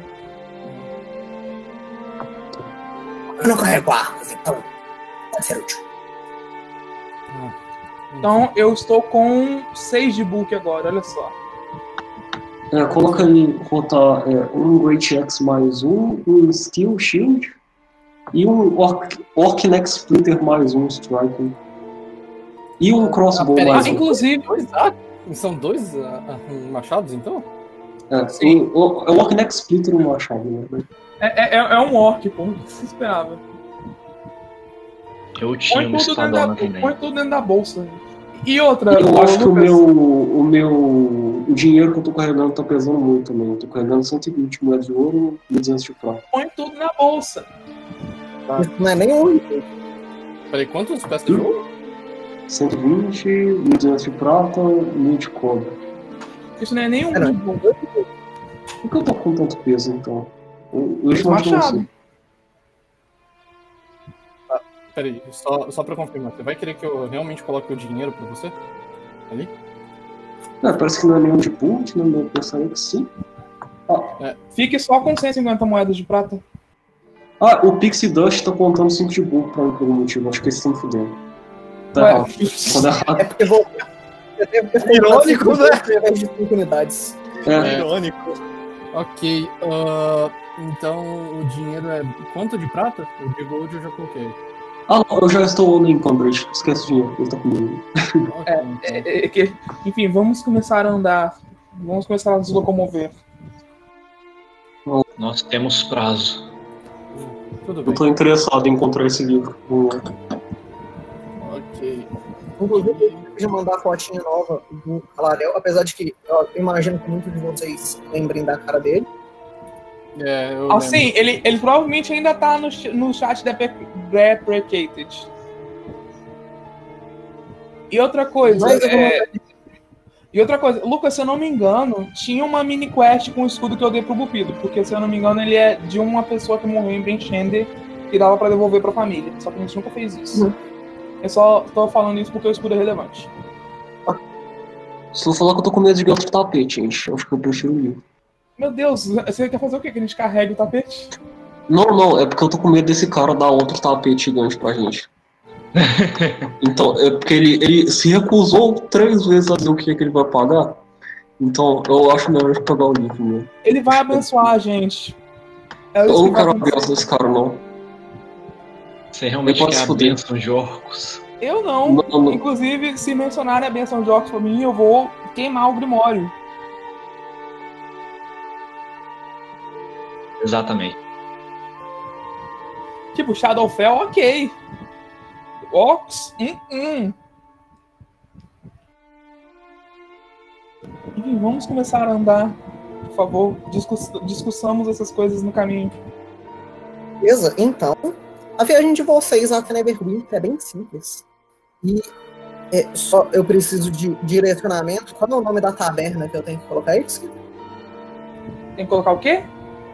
Eu não carrego armas, então pode ser útil. Então eu estou com seis de book agora, olha só. É, coloca aí, botar é, um Great Axe mais um, um Steel Shield e um Orc, Orc Neck Splitter mais um Striking. E um Crossbow peraí, Ah, mais um. inclusive, Dois ah, São dois ah, ah, machados, então? É, sim. o, o, é o Orc Neck Splitter e um machado, né? é, é, é um orc, pô. O que você esperava? Eu tinha Põe um tudo, dentro estadona da, também. põe tudo dentro da bolsa. E outra, Eu ô, acho que o Lucas, meu, o meu o dinheiro que eu tô carregando tá pesando muito também. Eu tô carregando cento e vinte moedas de ouro e duzentos de prata. põe tudo na bolsa. Isso não é nem um item. Peraí, quantos peças de ouro? cento e vinte, mil e duzentos de prata, mil de cobre. Isso não é nenhum Cara, de bom. Por que eu tô com tanto peso então? Eu, eu Esse acho que não machado. sei. Peraí, só, só pra confirmar. Você vai querer que eu realmente coloque o dinheiro pra você? Ali? É, parece que não é nenhum de put, né? Eu pensaria que sim. Fique só com cento e cinquenta moedas de prata. Ah, o Pixie Dust tá contando cinco de burro pra mim por algum motivo. Acho que eles estão fudendo. Tá Ué. errado. Tá errado. É porque vou. Você deve ter Irônico, comprado né? cinco ao invés de cinco unidades. É, Irônico. Ok, ah, então o dinheiro é quanto de prata? O de gold eu já coloquei. Ah, não, eu já estou no Encumbrage. Esquece o dinheiro, ele tá comigo. Ok, É, então. é, é que- enfim, vamos começar a andar. Vamos começar a nos locomover. Nós temos prazo. Tudo bem. Eu tô interessado em encontrar esse livro. Ok. Inclusive, eu podia mandar a fotinha nova do Galadriel, apesar de que eu imagino que muitos de vocês lembrem da cara dele. É, eu Assim, lembro. ele, ele provavelmente ainda tá no, ch- no chat depre- deprecated. E outra coisa, Mas eu vou é... E outra coisa, Lucas, se eu não me engano, tinha uma mini quest com o escudo que eu dei pro Bupido, porque se eu não me engano ele é de uma pessoa que morreu em Brenchender que dava pra devolver pra família, só que a gente nunca fez isso. Uhum. Eu só tô falando isso porque o escudo é relevante. Se eu falar que eu tô com medo de outro tapete, gente, acho que eu prefiro o livro. Meu Deus, você quer fazer o quê? Que a gente carregue o tapete? Não, não, é porque eu tô com medo desse cara dar outro tapete gigante pra gente. Então, é porque ele, ele se recusou três vezes a dizer o que é que ele vai pagar. Então, eu acho melhor pegar o livro mesmo. Ele vai abençoar a gente. É Eu isso não que vai quero acontecer. abraço desse cara, não. Você realmente Eu posso quer a fuder. bênção de orcos? Eu não. Não, não. Inclusive, se mencionarem a benção de orcs pra mim, eu vou queimar o Grimório. Exatamente. Tipo, Shadowfell, ok. Orcs, hum, hum. Enfim, vamos começar a andar. Por favor, discuss- discussamos essas coisas no caminho. Beleza, então, a viagem de vocês até Neverwinter é bem simples. E é, só eu preciso de direcionamento. Qual é o nome da taberna que eu tenho que colocar aí? Tem que colocar o quê?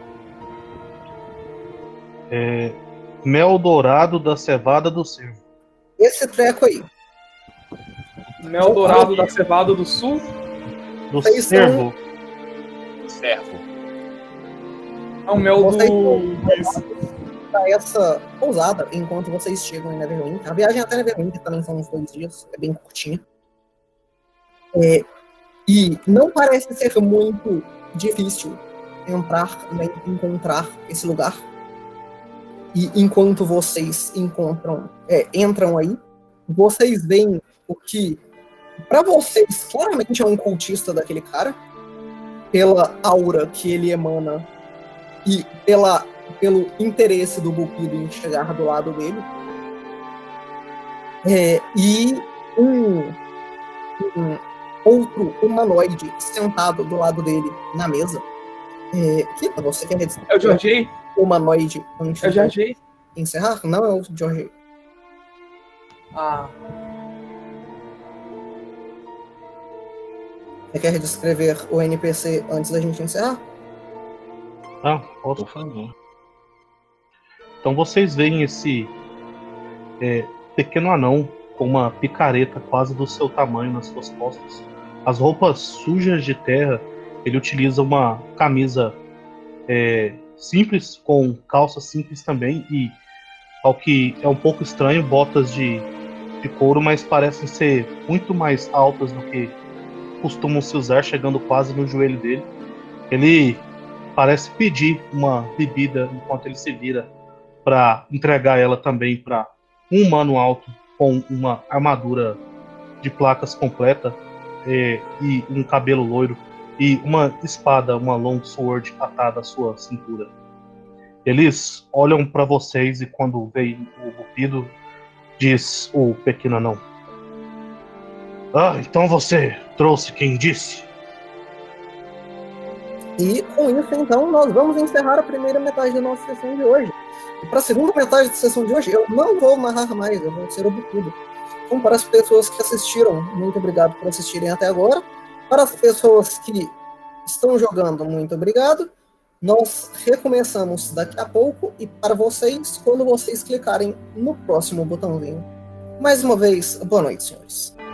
É, Mel Dourado da Cevada do Cervo. Esse treco aí. Mel Dourado da Cevada do Sul. Do Vocês são- Cervo. Servo. É o mel Vocês do... Para essa pousada enquanto vocês chegam em Neverwinter. A viagem até Neverwinter também são uns dois dias, é bem curtinha. É, e não parece ser muito difícil entrar, né, encontrar esse lugar. E enquanto vocês encontram, é, entram aí, vocês veem o que, para vocês, claramente é um cultista daquele cara, pela aura que ele emana e pela, pelo interesse do Bupido em chegar do lado dele. É, e um, um outro humanoide sentado do lado dele na mesa. É, que você quer dizer? É o Georgie? Humanoide antes É o de Georgie? encerrar? Não é o Georgie. Ah, Você quer descrever o N P C antes da gente encerrar? Tá, posso. Por favor. Então vocês veem esse é, pequeno anão com uma picareta quase do seu tamanho nas suas costas. As roupas sujas de terra, ele utiliza uma camisa é, simples, com calça simples também, e ao que é um pouco estranho, botas de, de couro, mas parecem ser muito mais altas do que costumam se usar, chegando quase no joelho dele. Ele parece pedir uma bebida enquanto ele se vira para entregar ela também para um humano alto com uma armadura de placas completa é, e um cabelo loiro e uma espada, uma long sword atada à sua cintura. Eles olham para vocês e quando veem o Bupido, diz o pequeno anão: "Ah, então você trouxe quem disse?" E com isso, então, nós vamos encerrar a primeira metade da nossa sessão de hoje. E para a segunda metade da sessão de hoje, eu não vou narrar mais, eu vou ser o Bupido. Então, para as pessoas que assistiram, muito obrigado por assistirem até agora. Para as pessoas que estão jogando, muito obrigado. Nós recomeçamos daqui a pouco e para vocês, quando vocês clicarem no próximo botãozinho. Mais uma vez, boa noite, senhores.